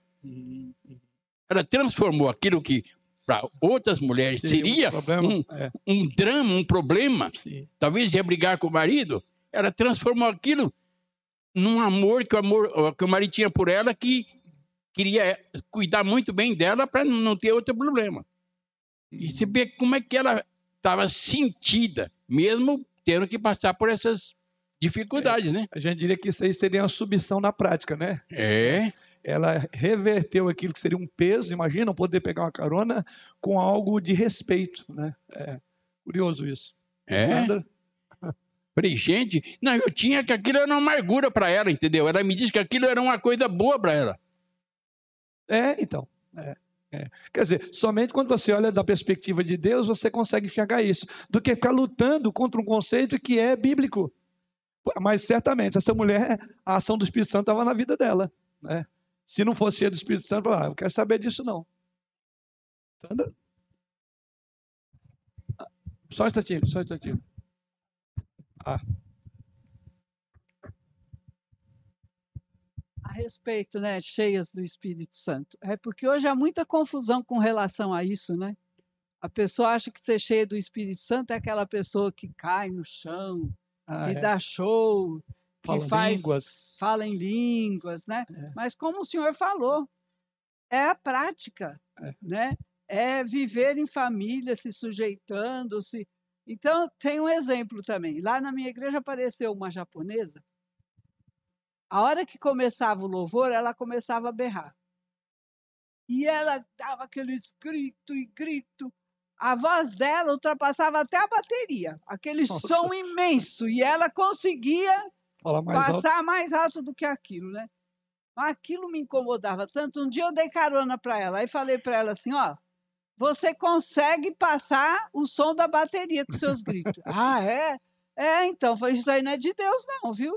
Ela transformou aquilo que para outras mulheres Sim, seria um, problema, um, é. um drama, um problema, Sim. talvez ia brigar com o marido, ela transformou aquilo num amor que o, amor, que o marido tinha por ela, que queria cuidar muito bem dela para não ter outro problema. E você vê como é que ela estava sentida, mesmo tendo que passar por essas dificuldades, é, né? A gente diria que isso aí seria uma submissão na prática, né? É. Ela reverteu aquilo que seria um peso, imagina, poder pegar uma carona com algo de respeito, né? É curioso isso. É. Sandra? Falei, gente, não, eu tinha que aquilo era uma amargura para ela, entendeu? Ela me disse que aquilo era uma coisa boa para ela. É, então. É, é. Quer dizer, somente quando você olha da perspectiva de Deus, você consegue enxergar isso, do que ficar lutando contra um conceito que é bíblico. Mas certamente, essa mulher, a ação do Espírito Santo estava na vida dela, né? Se não fosse cheia do Espírito Santo, eu ah, não quero saber disso, não. Sandra? Só um instantinho, só um instantinho. Ah. A respeito, né, cheias do Espírito Santo. É porque hoje há muita confusão com relação a isso, né? A pessoa acha que ser cheia do Espírito Santo é aquela pessoa que cai no chão, ah, que é. dá show, que fala faz, línguas. fala em línguas, né? É. Mas como o senhor falou, é a prática, é. né? É viver em família, se sujeitando, se... Então, tem um exemplo também. Lá na minha igreja apareceu uma japonesa. A hora que começava o louvor, ela começava a berrar. e ela dava aqueles grito e grito. A voz dela ultrapassava até a bateria, aquele Nossa. som imenso, e ela conseguia Fala mais alto. passar mais alto do que aquilo, né? Mas aquilo me incomodava tanto. Um dia eu dei carona para ela, aí falei para ela assim, ó, você consegue passar o som da bateria com seus gritos. Ah, é? É, então, falei, isso aí não é de Deus não, viu?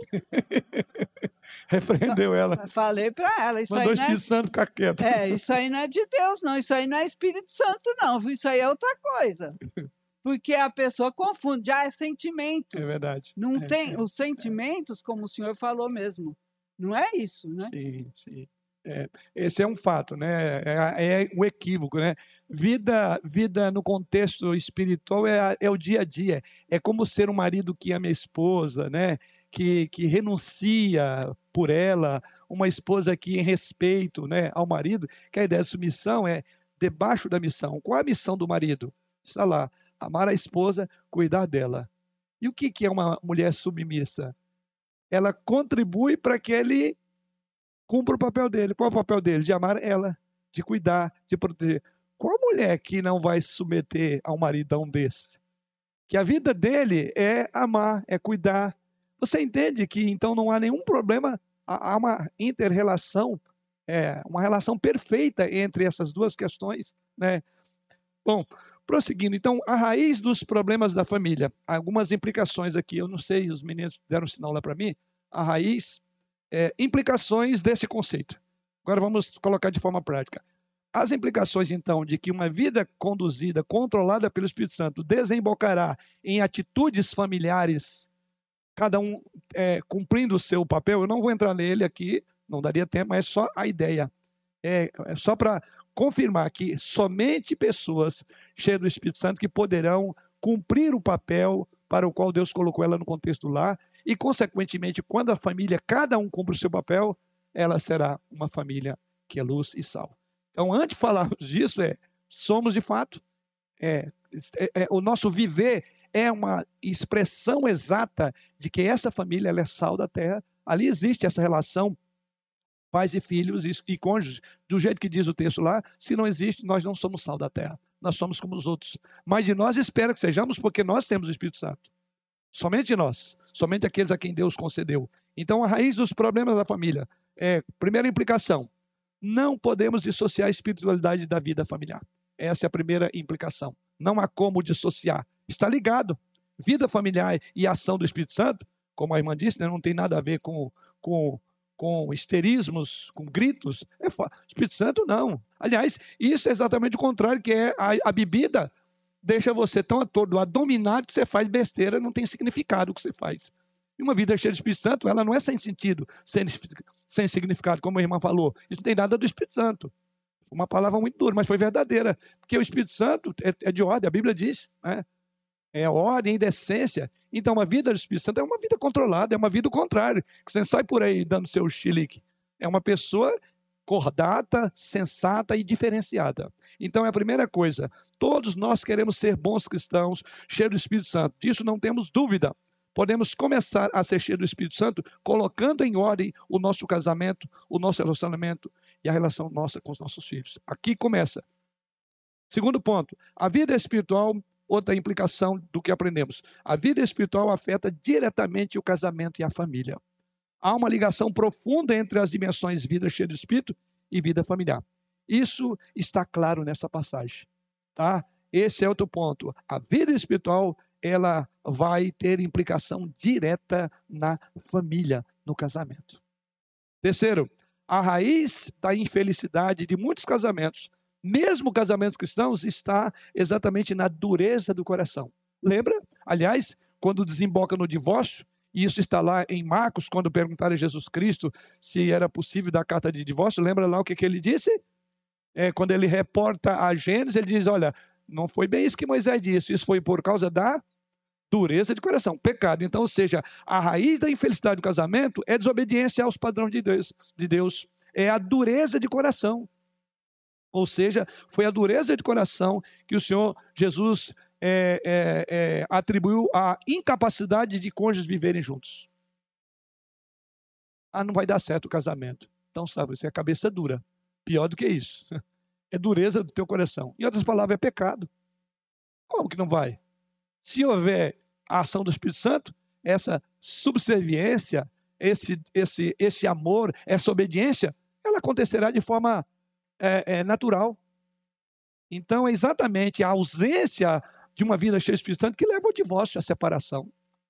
Repreendeu ela. Falei para ela, isso Mandou o aí não é... Espírito Santo ficar quieto. É, isso aí não é de Deus não, isso aí não é Espírito Santo não, viu? Isso aí é outra coisa. Porque a pessoa confunde, ah, é sentimentos. É verdade. Não É, tem, é, os sentimentos, como o senhor falou mesmo, não é isso, né? Sim, sim. É, esse é um fato, né? É, é o equívoco, né? Vida, vida no contexto espiritual é, a- é o dia a dia. É como ser um marido que ama a esposa, né? Que, que renuncia por ela, uma esposa que em respeito, né, ao marido, que a ideia de submissão é debaixo da missão. Qual é a missão do marido? Está lá, amar a esposa, cuidar dela. E o que, que é uma mulher submissa? Ela contribui para que ele cumpra o papel dele. Qual é o papel dele? De amar ela, de cuidar, de proteger. Qual mulher que não vai se submeter a um maridão desse? Que a vida dele é amar, é cuidar. Você entende que então não há nenhum problema, há uma inter-relação, é, uma relação perfeita entre essas duas questões, né? Bom, prosseguindo, então, a raiz dos problemas da família, algumas implicações aqui, eu não sei, os meninos deram um sinal lá para mim, a raiz, é, implicações desse conceito. Agora vamos colocar de forma prática. As implicações, então, de que uma vida conduzida, controlada pelo Espírito Santo, desembocará em atitudes familiares, cada um é, cumprindo o seu papel, eu não vou entrar nele aqui, não daria tempo, mas é só a ideia. É, é só para confirmar que somente pessoas cheias do Espírito Santo que poderão cumprir o papel para o qual Deus colocou ela no contexto lá, e, consequentemente, quando a família, cada um cumpre o seu papel, ela será uma família que é luz e sal. Então, antes de falarmos disso, é, somos de fato, é, é, é, o nosso viver é uma expressão exata de que essa família ela é sal da terra. Ali existe essa relação pais e filhos e, e cônjuges, do jeito que diz o texto lá. Se não existe, nós não somos sal da terra, nós somos como os outros. Mas de nós espero que sejamos, porque nós temos o Espírito Santo. Somente nós, somente aqueles a quem Deus concedeu. Então, a raiz dos problemas da família é, primeira implicação, não podemos dissociar a espiritualidade da vida familiar. Essa é a primeira implicação. Não há como dissociar. Está ligado. Vida familiar e ação do Espírito Santo, como a irmã disse, né, não tem nada a ver com, com, com histerismos, com gritos. É, o Espírito Santo, não. Aliás, isso é exatamente o contrário, que é a, a bebida deixa você tão atordoado, dominado, que você faz besteira, não tem significado o que você faz. E uma vida cheia de Espírito Santo, ela não é sem sentido, sem, sem significado, como a irmã falou. Isso não tem nada do Espírito Santo. Uma palavra muito dura, mas foi verdadeira. Porque o Espírito Santo é, é de ordem, a Bíblia diz, né? É ordem e decência. Então, uma vida do Espírito Santo é uma vida controlada, é uma vida ao contrário, que você não sai por aí dando seu chilique. É uma pessoa cordata, sensata e diferenciada. Então, é a primeira coisa. Todos nós queremos ser bons cristãos, cheios do Espírito Santo. Disso não temos dúvida. Podemos começar a ser cheios do Espírito Santo colocando em ordem o nosso casamento, o nosso relacionamento e a relação nossa com os nossos filhos. Aqui começa. Segundo ponto, a vida espiritual, outra implicação do que aprendemos. A vida espiritual afeta diretamente o casamento e a família. Há uma ligação profunda entre as dimensões vida cheia do Espírito e vida familiar. Isso está claro nessa passagem, tá? Esse é outro ponto. A vida espiritual, ela vai ter implicação direta na família, no casamento. Terceiro, a raiz da infelicidade de muitos casamentos, mesmo casamentos cristãos, está exatamente na dureza do coração. Lembra? Aliás, quando desemboca no divórcio, e isso está lá em Marcos, quando perguntaram a Jesus Cristo se era possível dar carta de divórcio, lembra lá o que, que ele disse? É, quando ele reporta a Gênesis, ele diz, olha, não foi bem isso que Moisés disse, isso foi por causa da dureza de coração, pecado. Então, ou seja, a raiz da infelicidade do casamento é desobediência aos padrões de Deus, de Deus. É a dureza de coração. Ou seja, foi a dureza de coração que o Senhor Jesus é, é, é, atribuiu à incapacidade de cônjuges viverem juntos. Ah, não vai dar certo o casamento. Então, sabe, você é cabeça dura. Pior do que isso. É dureza do teu coração. Em outras palavras, é pecado. Como que não vai? Se houver a ação do Espírito Santo, essa subserviência, esse, esse, esse amor, essa obediência, ela acontecerá de forma é, é, natural. Então, é exatamente a ausência de uma vida cheia do Espírito Santo que leva ao divórcio, à separação.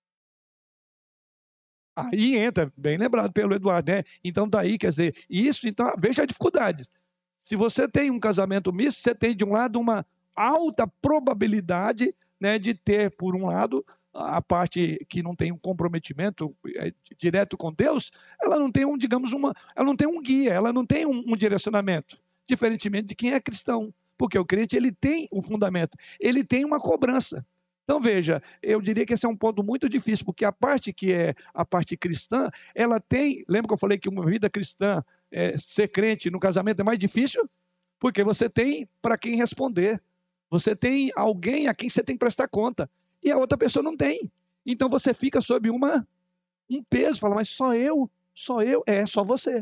Aí entra, bem lembrado pelo Eduardo, né? Então, daí, quer dizer, isso, então, veja a dificuldade. Se você tem um casamento misto, você tem, de um lado, uma alta probabilidade, né, de ter, por um lado, a parte que não tem um comprometimento é, direto com Deus, ela não tem um, digamos, uma, ela não tem um guia, ela não tem um, um direcionamento, diferentemente de quem é cristão. Porque o crente, ele tem um fundamento, ele tem uma cobrança. Então, veja, eu diria que esse é um ponto muito difícil, porque a parte que é a parte cristã, ela tem... Lembra que eu falei que uma vida cristã, é, ser crente no casamento é mais difícil? Porque você tem para quem responder. Você tem alguém a quem você tem que prestar conta. E a outra pessoa não tem. Então, você fica sob uma, um peso. Fala, mas só eu? Só eu? É, só você.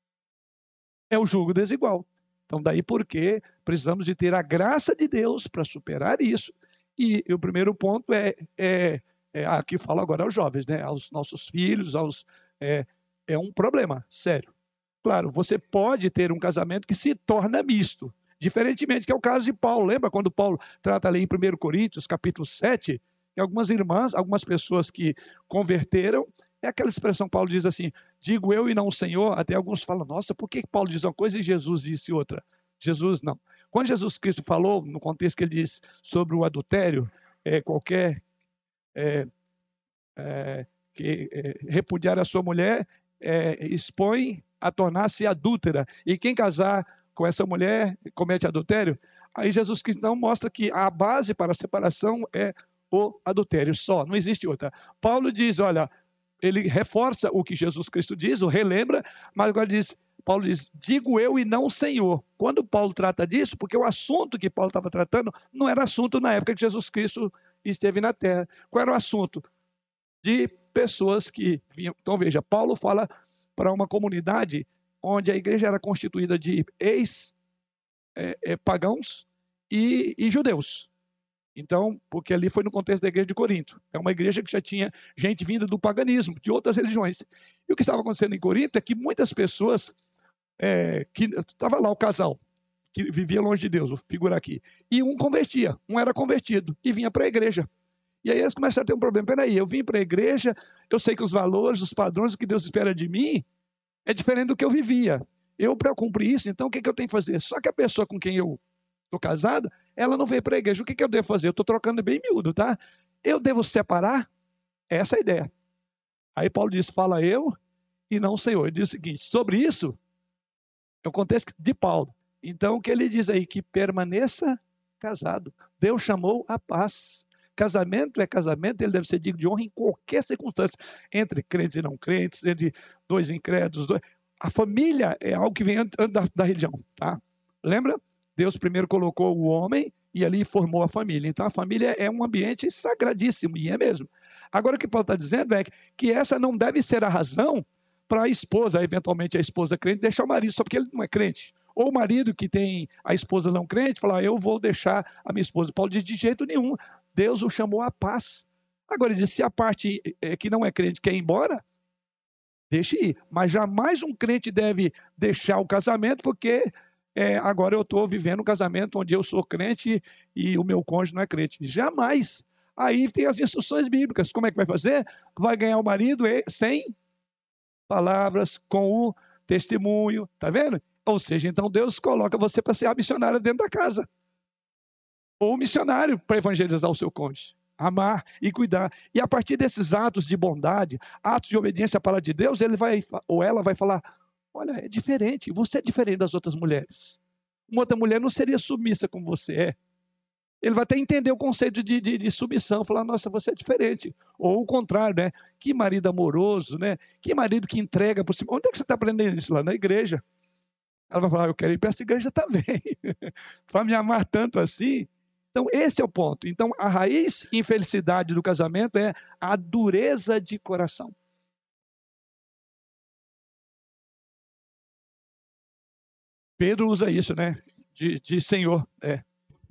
É o jugo desigual. Então, daí porque precisamos de ter a graça de Deus para superar isso. E, e o primeiro ponto é, é, é aqui falo agora aos jovens, né? Aos nossos filhos, aos, é, é um problema sério. Claro, você pode ter um casamento que se torna misto, diferentemente, que é o caso de Paulo. Lembra quando Paulo trata ali em primeiro Coríntios, capítulo sete, que algumas irmãs, algumas pessoas que converteram, é aquela expressão que Paulo diz assim, digo eu e não o Senhor. Até alguns falam, nossa, por que Paulo diz uma coisa e Jesus disse outra? Jesus não. Quando Jesus Cristo falou, no contexto que ele diz sobre o adultério, é, qualquer é, é, que é, repudiar a sua mulher, é, expõe a tornar-se adúltera. E quem casar com essa mulher comete adultério. Aí Jesus Cristo então mostra que a base para a separação é o adultério só, não existe outra. Paulo diz, olha, ele reforça o que Jesus Cristo diz, o relembra, mas agora diz, Paulo diz, digo eu e não o Senhor. Quando Paulo trata disso, porque o assunto que Paulo estava tratando não era assunto na época que Jesus Cristo esteve na terra. Qual era o assunto? De pessoas que vinham. Então veja, Paulo fala para uma comunidade onde a igreja era constituída de ex-pagãos e, e judeus. Então, porque ali foi no contexto da igreja de Corinto. É uma igreja que já tinha gente vinda do paganismo, de outras religiões. E o que estava acontecendo em Corinto é que muitas pessoas, é, que estava lá o casal, que vivia longe de Deus, vou figurar aqui, e um convertia, um era convertido e vinha para a igreja. E aí eles começaram a ter um problema. Peraí, eu vim para a igreja, eu sei que os valores, os padrões, o que Deus espera de mim é diferente do que eu vivia. Eu, para cumprir isso, então o que, que eu tenho que fazer? Só que a pessoa com quem eu estou casado, ela não veio para a igreja. O que, que eu devo fazer? Eu estou trocando bem miúdo, tá? Eu devo separar? Essa é a ideia. Aí Paulo diz, fala eu e não o Senhor. Ele diz o seguinte, sobre isso, é o contexto de Paulo. Então, o que ele diz aí? Que permaneça casado. Deus chamou a paz. Casamento é casamento, ele deve ser digno de honra em qualquer circunstância. Entre crentes e não crentes, entre dois incrédulos. Dois... A família é algo que vem antes da, da religião, tá? Lembra? Deus primeiro colocou o homem e ali formou a família. Então, a família é um ambiente sagradíssimo, e é mesmo. Agora, o que Paulo está dizendo é que essa não deve ser a razão para a esposa, eventualmente a esposa crente, deixar o marido só porque ele não é crente. Ou o marido que tem a esposa não crente, falar, eu vou deixar a minha esposa. Paulo diz, de jeito nenhum, Deus o chamou à paz. Agora, ele diz, se a parte que não é crente quer ir embora, deixe ir. Mas jamais um crente deve deixar o casamento, porque é, agora eu estou vivendo um casamento onde eu sou crente e o meu cônjuge não é crente. Jamais. Aí tem as instruções bíblicas. Como é que vai fazer? Vai ganhar o marido sem palavras, com o testemunho. Tá vendo? Ou seja, então Deus coloca você para ser a missionária dentro da casa. Ou missionário para evangelizar o seu cônjuge. Amar e cuidar. E a partir desses atos de bondade, atos de obediência à palavra de Deus, ele vai, ou ela vai falar, olha, é diferente, você é diferente das outras mulheres. Uma outra mulher não seria submissa como você é. Ele vai até entender o conceito de, de, de submissão, falar, nossa, você é diferente. Ou o contrário, né? Que marido amoroso, né? Que marido que entrega por cima. Onde é que você está aprendendo isso? Lá na igreja. Ela vai falar, eu quero ir para essa igreja também. Vai me amar tanto assim. Então, esse é o ponto. Então, a raiz infelicidade do casamento é a dureza de coração. Pedro usa isso, né? de, de Senhor. É.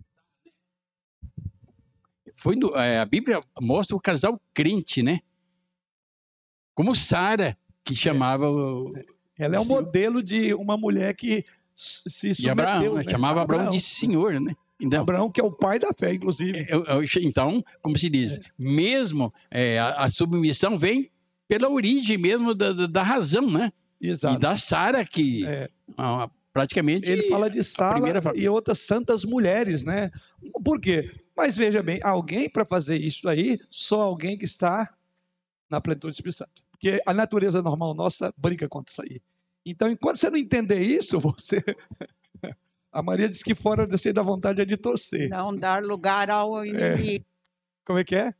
Foi no, é, a Bíblia mostra o casal crente, né? Como Sara, que chamava o, Ela é um o Senhor. modelo de uma mulher que s- se E Abraão, submeteu, né? né? Chamava Abraão de Senhor, né? Então, Abraão, que é o pai da fé, inclusive. eu- eu- então, como se diz, mesmo é, a, a submissão vem pela origem mesmo da, da, da razão, né? E Exato. da Sara, que É. ah, praticamente Ele fala de a Sara primeira fa- e outras santas mulheres, né? Por quê? Mas veja bem, alguém para fazer isso aí, só alguém que está na plenitude do Espírito Santo. Porque a natureza normal nossa briga contra isso aí. Então, enquanto você não entender isso, você... A Maria diz que fora de você dá vontade é de torcer. Não dar lugar ao inimigo. Como é que é?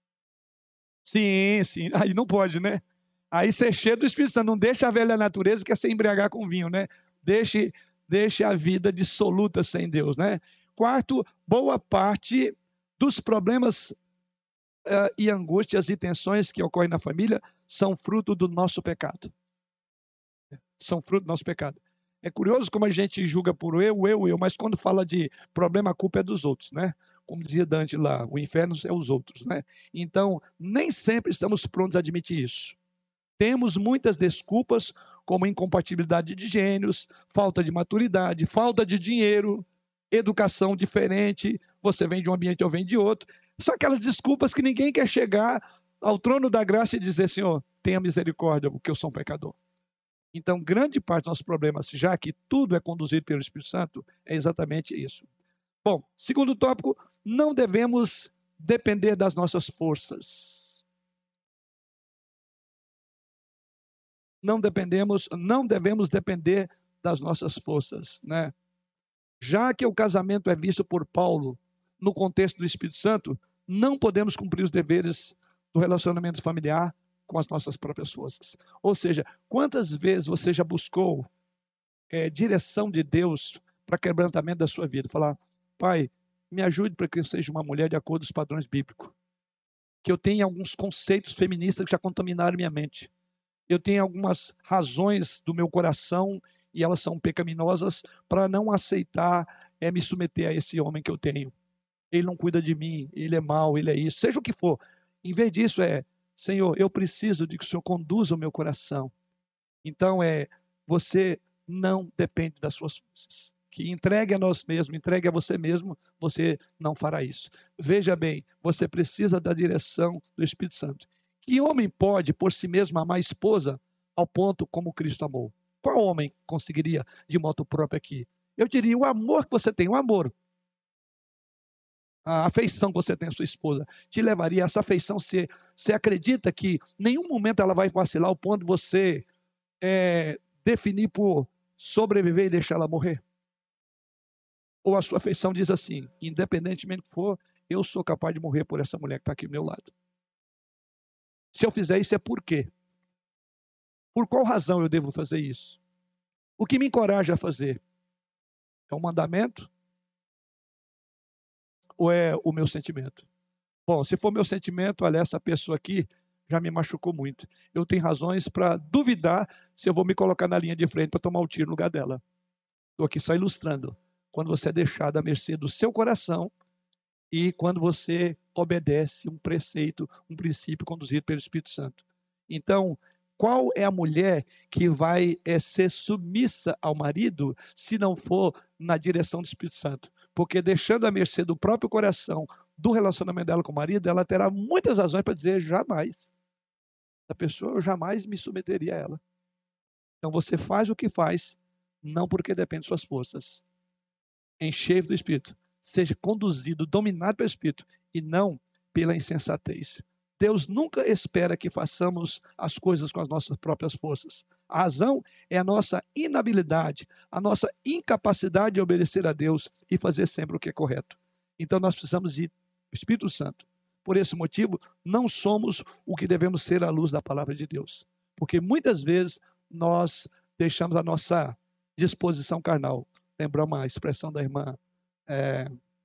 Sim, sim. Aí não pode, né? Aí você é cheio do Espírito Santo. Não deixa a velha natureza que é se embriagar com vinho, né? Deixe, deixe a vida dissoluta sem Deus, né? Quarto, boa parte dos problemas uh, e angústias e tensões que ocorrem na família são fruto do nosso pecado. São fruto do nosso pecado. É curioso como a gente julga por eu, eu, eu, mas quando fala de problema, a culpa é dos outros, né? Como dizia Dante lá, o inferno é os outros, né? Então, nem sempre estamos prontos a admitir isso. Temos muitas desculpas, como incompatibilidade de gênios, falta de maturidade, falta de dinheiro, educação diferente, você vem de um ambiente, eu venho de outro. São aquelas desculpas que ninguém quer chegar ao trono da graça e dizer, Senhor, tenha misericórdia, porque eu sou um pecador. Então, grande parte dos nossos problemas, já que tudo é conduzido pelo Espírito Santo, é exatamente isso. Bom, segundo tópico, não devemos depender das nossas forças. Não dependemos, não devemos depender das nossas forças, né? Já que o casamento é visto por Paulo no contexto do Espírito Santo, não podemos cumprir os deveres do relacionamento familiar com as nossas próprias forças. Ou seja, quantas vezes você já buscou é, direção de Deus para quebrantamento da sua vida? Falar, Pai, me ajude para que eu seja uma mulher de acordo com os padrões bíblicos. Que eu tenha alguns conceitos feministas que já contaminaram minha mente. Eu tenho algumas razões do meu coração e elas são pecaminosas para não aceitar é, me submeter a esse homem que eu tenho. Ele não cuida de mim, ele é mau, ele é isso, seja o que for. Em vez disso é, Senhor, eu preciso de que o Senhor conduza o meu coração. Então é, você não depende das suas forças. Que entregue a nós mesmos, entregue a você mesmo, você não fará isso. Veja bem, você precisa da direção do Espírito Santo. Que homem pode, por si mesmo, amar a esposa ao ponto como Cristo amou? Qual homem conseguiria de modo próprio aqui? Eu diria o amor que você tem, o amor. A afeição que você tem à sua esposa te levaria a essa afeição. Você, você acredita que em nenhum momento ela vai vacilar ao ponto de você é, definir por sobreviver e deixar ela morrer? Ou a sua afeição diz assim, independentemente do que for, eu sou capaz de morrer por essa mulher que está aqui do meu lado. Se eu fizer isso é por quê? Por qual razão eu devo fazer isso? O que me encoraja a fazer? É um mandamento? Ou é o meu sentimento? Bom, se for meu sentimento, olha, essa pessoa aqui já me machucou muito. Eu tenho razões para duvidar se eu vou me colocar na linha de frente para tomar o tiro no lugar dela. Estou aqui só ilustrando. Quando você é deixado à mercê do seu coração e quando você obedece um preceito, um princípio conduzido pelo Espírito Santo. Então, qual é a mulher que vai é, ser submissa ao marido se não for na direção do Espírito Santo? Porque deixando à mercê do próprio coração, do relacionamento dela com o marido, ela terá muitas razões para dizer jamais. A pessoa, eu jamais me submeteria a ela. Então você faz o que faz, não porque depende de suas forças. Encheio do Espírito. Seja conduzido, dominado pelo Espírito e não pela insensatez. Deus nunca espera que façamos as coisas com as nossas próprias forças. A razão é a nossa inabilidade, a nossa incapacidade de obedecer a Deus e fazer sempre o que é correto. Então nós precisamos de Espírito Santo. Por esse motivo, não somos o que devemos ser à luz da palavra de Deus. Porque muitas vezes nós deixamos a nossa disposição carnal. Lembrar uma expressão da irmã é,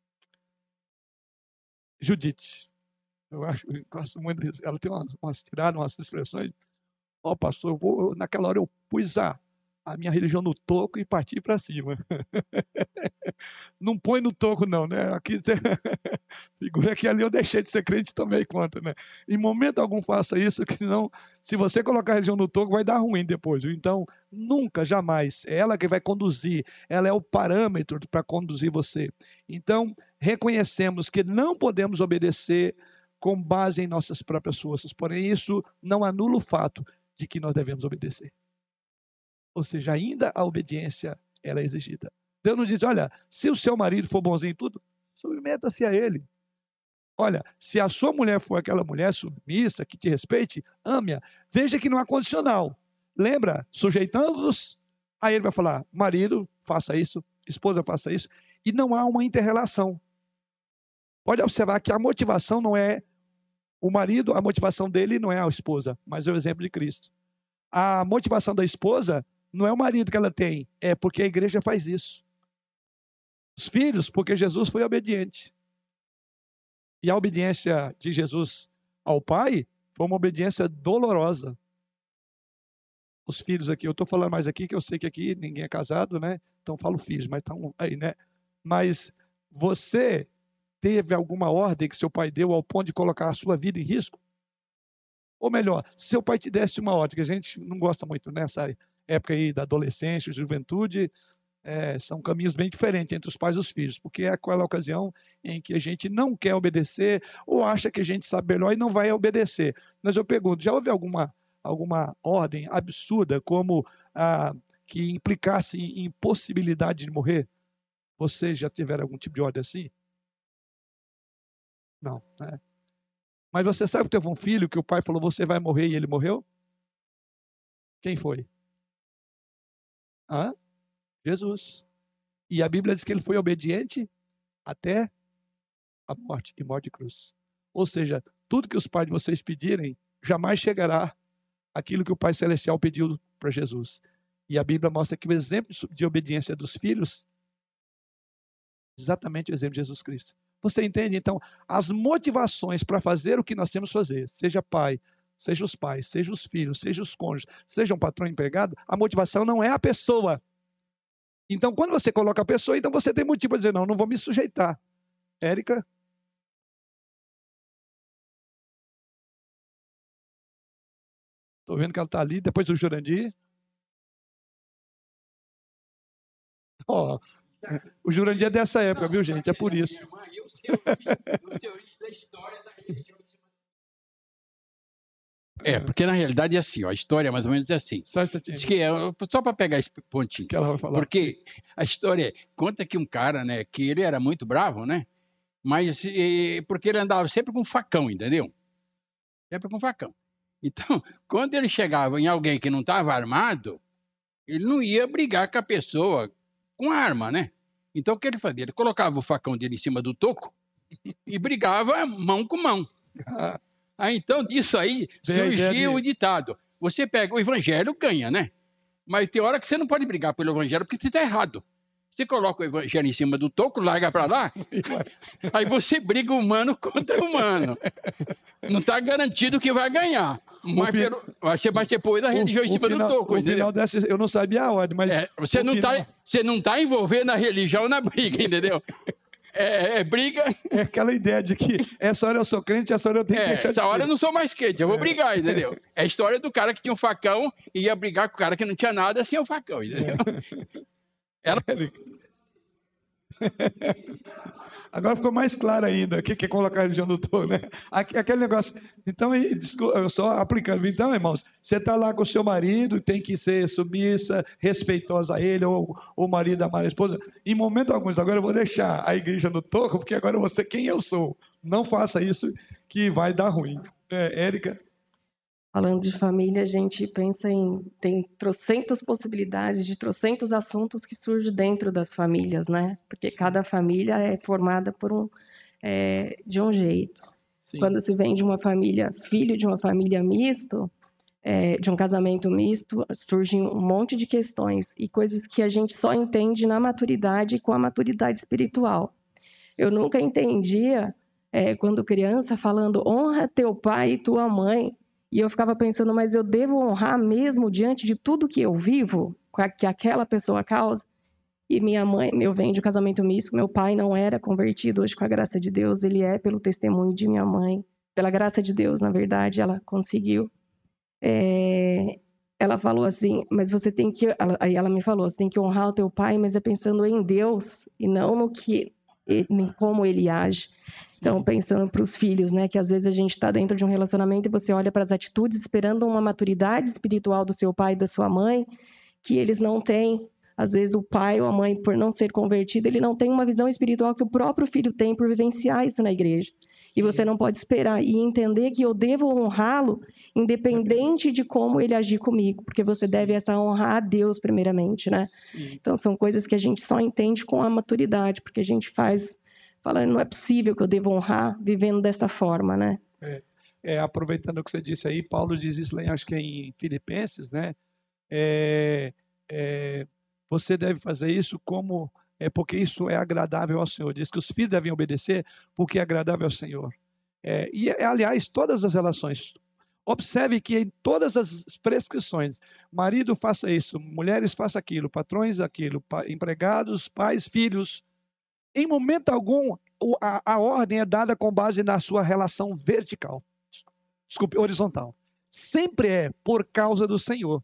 Judite. Eu acho, eu gosto muito disso. Ela tem umas, umas tiradas, umas expressões. Ó, oh, pastor, eu vou, naquela hora eu pus a, a minha religião no toco e partir para cima. Não põe no toco não, né? Aqui figura que ali eu deixei de ser crente, tomei conta, né? Em momento algum faça isso, que senão, se você colocar a religião no toco, vai dar ruim depois. Viu? Então, nunca, jamais. É ela que vai conduzir, ela é o parâmetro para conduzir você. Então, reconhecemos que não podemos obedecer com base em nossas próprias forças, porém isso não anula o fato de que nós devemos obedecer. Ou seja, ainda a obediência ela é exigida. Deus não diz, olha, se o seu marido for bonzinho em tudo, submeta-se a ele. Olha, se a sua mulher for aquela mulher submissa, que te respeite, ame-a. Veja que não há condicional. Lembra, sujeitando-os, aí ele vai falar, marido, faça isso, esposa, faça isso, e não há uma inter-relação. Pode observar que a motivação não é o marido, a motivação dele não é a esposa, mas é o exemplo de Cristo. A motivação da esposa não é o marido que ela tem, é porque a igreja faz isso. Os filhos, porque Jesus foi obediente. E a obediência de Jesus ao Pai foi uma obediência dolorosa. Os filhos aqui, eu estou falando mais aqui, que eu sei que aqui ninguém é casado, né? Então falo filhos, mas estão aí, né? Mas você teve alguma ordem que seu pai deu ao ponto de colocar a sua vida em risco? Ou melhor, se seu pai te desse uma ordem, que a gente não gosta muito nessa época aí da adolescência, juventude, é, são caminhos bem diferentes entre os pais e os filhos, porque é aquela ocasião em que a gente não quer obedecer ou acha que a gente sabe melhor e não vai obedecer. Mas eu pergunto, já houve alguma, alguma ordem absurda como ah, que implicasse em impossibilidade de morrer? Vocês já tiveram algum tipo de ordem assim? Não, né? Mas você sabe que teve um filho que o pai falou, você vai morrer, e ele morreu? Quem foi? Hã? Jesus. E a Bíblia diz que ele foi obediente até a morte, e morte de cruz. Ou seja, tudo que os pais de vocês pedirem, jamais chegará aquilo que o Pai Celestial pediu para Jesus. E a Bíblia mostra que o exemplo de obediência dos filhos, exatamente o exemplo de Jesus Cristo. Você entende? Então, as motivações para fazer o que nós temos que fazer, seja pai, seja os pais, seja os filhos, seja os cônjuges, seja um patrão empregado, a motivação não é a pessoa. Então, quando você coloca a pessoa, então você tem motivo para dizer, não, não vou me sujeitar. Érica? Estou vendo que ela está ali, depois do Jurandir. Ó, o Jurandir é dessa época, viu, gente? É por isso. É, porque na realidade é assim, ó, a história é mais ou menos assim. Só, Diz que é, só para pegar esse pontinho. Que ela vai falar. Porque a história conta que um cara, né, que ele era muito bravo, né? Mas e, porque ele andava sempre com facão, entendeu? Sempre com facão. Então, quando ele chegava em alguém que não estava armado, ele não ia brigar com a pessoa com arma, né? Então, o que ele fazia? Ele colocava o facão dele em cima do toco e brigava mão com mão. Ah, então, disso aí, surgiu o ditado. Você pega o evangelho, ganha, né? Mas tem hora que você não pode brigar pelo evangelho porque você está errado. Você coloca o evangelho em cima do toco, larga para lá, aí você briga humano contra humano. Não está garantido que vai ganhar. Mas fi... pelo... você vai ser pôr da religião em cima final, do toco. O final dessa, eu não sabia a ordem, mas... É, você não está final... você não tá envolvendo a religião na briga, entendeu? É, é briga... É aquela ideia de que essa hora eu sou crente, essa hora eu tenho é, que deixar de ser. Essa hora eu não sou mais crente, eu vou é. brigar, entendeu? É a história do cara que tinha um facão e ia brigar com o cara que não tinha nada sem o facão, entendeu? É. Ela... Agora ficou mais claro ainda o que é colocar a religião no touro, né? Aquele negócio. Então, eu só aplicando. Então, irmãos, você está lá com o seu marido, tem que ser submissa, respeitosa a ele, ou o marido amar a esposa. Em momento algum, agora eu vou deixar a igreja no toco, porque agora eu vou ser quem eu sou. Não faça isso, que vai dar ruim. É, Érica? Falando de família, a gente pensa em... Tem trocentas possibilidades de trocentos assuntos que surgem dentro das famílias, né? Porque Sim. cada família é formada por um, é, de um jeito. Sim. Quando se vem de uma família, filho de uma família misto, é, de um casamento misto, surgem um monte de questões e coisas que a gente só entende na maturidade e com a maturidade espiritual. Eu nunca entendia, é, quando criança, falando honra teu pai e tua mãe. E eu ficava pensando, mas eu devo honrar mesmo diante de tudo que eu vivo? que aquela pessoa causa. E minha mãe, eu venho de um casamento misto, meu pai não era convertido, hoje com a graça de Deus, ele é pelo testemunho de minha mãe. Pela graça de Deus, na verdade, ela conseguiu. É, ela falou assim, mas você tem que... Ela, aí ela me falou, você tem que honrar o teu pai, mas é pensando em Deus e não no que, em como ele age. Sim. Então, pensando para os filhos, né, que às vezes a gente está dentro de um relacionamento e você olha para as atitudes esperando uma maturidade espiritual do seu pai e da sua mãe, que eles não têm. Às vezes o pai ou a mãe, por não ser convertido, ele não tem uma visão espiritual que o próprio filho tem por vivenciar isso na igreja. Sim. E você não pode esperar e entender que eu devo honrá-lo independente de como ele agir comigo, porque você Sim. deve essa honrar a Deus primeiramente, né? Sim. Então são coisas que a gente só entende com a maturidade, porque a gente faz, falando, não é possível que eu devo honrar vivendo dessa forma, né? É, é, aproveitando o que você disse aí, Paulo diz isso, acho que é em Filipenses, né? É, é, você deve fazer isso como, é, porque isso é agradável ao Senhor. Diz que os filhos devem obedecer porque é agradável ao Senhor. É, e, aliás, todas as relações, observe que em todas as prescrições, marido faça isso, mulheres faça aquilo, patrões aquilo, pa, empregados, pais, filhos, em momento algum, a, a ordem é dada com base na sua relação vertical, desculpe, horizontal. Sempre é por causa do Senhor.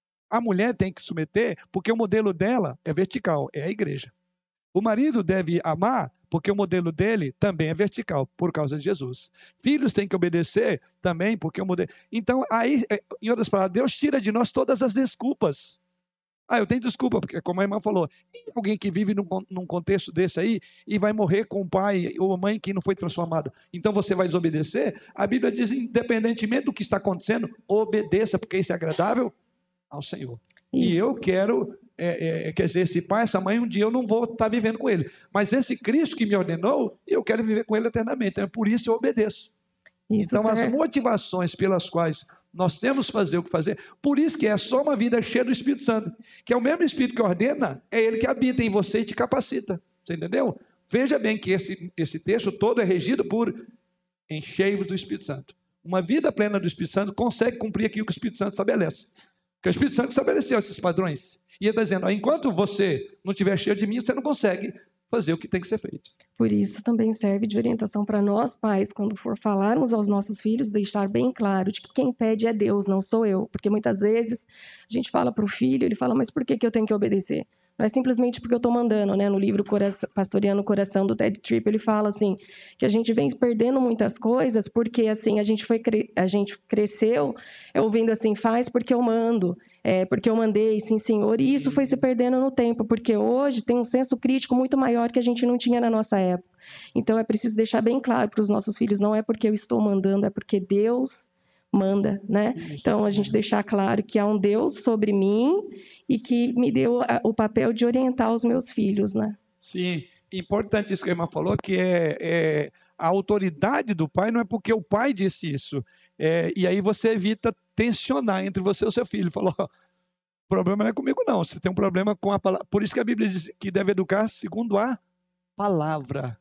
A mulher tem que submeter porque o modelo dela é vertical, é a igreja. O marido deve amar porque o modelo dele também é vertical, por causa de Jesus. Filhos têm que obedecer também porque o modelo... Então, aí, em outras palavras, Deus tira de nós todas as desculpas. Ah, eu tenho desculpa, porque como a irmã falou, e alguém que vive num, num contexto desse aí e vai morrer com o pai ou a mãe que não foi transformado, então você vai desobedecer? A Bíblia diz, independentemente do que está acontecendo, obedeça, porque isso é agradável ao Senhor. Isso. E eu quero, é, é, quer dizer, esse pai, essa mãe, um dia eu não vou estar vivendo com ele. Mas esse Cristo que me ordenou, eu quero viver com ele eternamente. Então, é por isso eu obedeço. Isso, então, certo. As motivações pelas quais nós temos que fazer o que fazer, por isso que é só uma vida cheia do Espírito Santo, que é o mesmo Espírito que ordena, é ele que habita em você e te capacita. Você entendeu? Veja bem que esse, esse texto todo é regido por enchei-vos do Espírito Santo. Uma vida plena do Espírito Santo consegue cumprir aquilo que o Espírito Santo estabelece. Porque o Espírito Santo estabeleceu esses padrões. E ele está dizendo, enquanto você não estiver cheio de mim, você não consegue fazer o que tem que ser feito. Por isso também serve de orientação para nós, pais, quando for falarmos aos nossos filhos, deixar bem claro de que quem pede é Deus, não sou eu. Porque muitas vezes a gente fala para o filho, ele fala, mas por que, que eu tenho que obedecer? Não é simplesmente porque eu estou mandando, né? No livro Coração, Pastoreando o Coração, do Ted Tripp, ele fala assim, que a gente vem perdendo muitas coisas porque, assim, a gente, foi, a gente cresceu é, ouvindo assim, faz porque eu mando, é, porque eu mandei, sim, senhor, e isso foi se perdendo no tempo, porque hoje tem um senso crítico muito maior que a gente não tinha na nossa época. Então, é preciso deixar bem claro para os nossos filhos, não é porque eu estou mandando, é porque Deus manda, né? Então, a gente deixar claro que há um Deus sobre mim e que me deu o papel de orientar os meus filhos, né? Sim, importante isso que a irmã falou, que é, é a autoridade do pai não é porque o pai disse isso. É, e aí você evita tensionar entre você e o seu filho. Falou, o problema não é comigo não, você tem um problema com a palavra. Por isso que a Bíblia diz que deve educar segundo a palavra.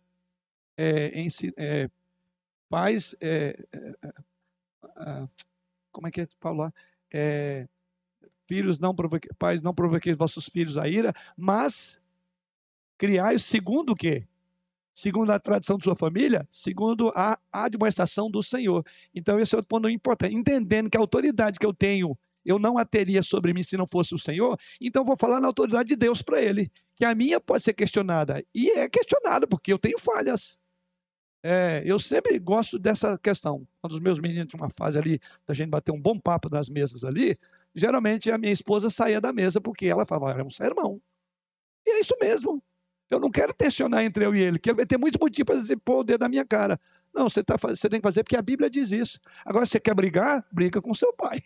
É, em, é, pais... É, é, Ah, como é que é, Paulo? É, filhos não provoquei, pais não provoqueis vossos filhos a ira, mas criai-os segundo o quê? Segundo a tradição de sua família, segundo a admoestação do Senhor. Então esse é outro ponto importante. Entendendo que a autoridade que eu tenho, eu não a teria sobre mim se não fosse o Senhor, então vou falar na autoridade de Deus para ele, que a minha pode ser questionada, e é questionada porque eu tenho falhas. É, eu sempre gosto dessa questão. Quando os meus meninos tinham uma fase ali, da gente bater um bom papo nas mesas ali, geralmente a minha esposa saía da mesa porque ela falava, é um sermão. E é isso mesmo. Eu não quero tensionar entre eu e ele, que ele vai ter muitos motivos para dizer, pô, o dedo na minha cara. Não, você, tá, você tem que fazer porque a Bíblia diz isso. Agora, você quer brigar? Briga com seu pai.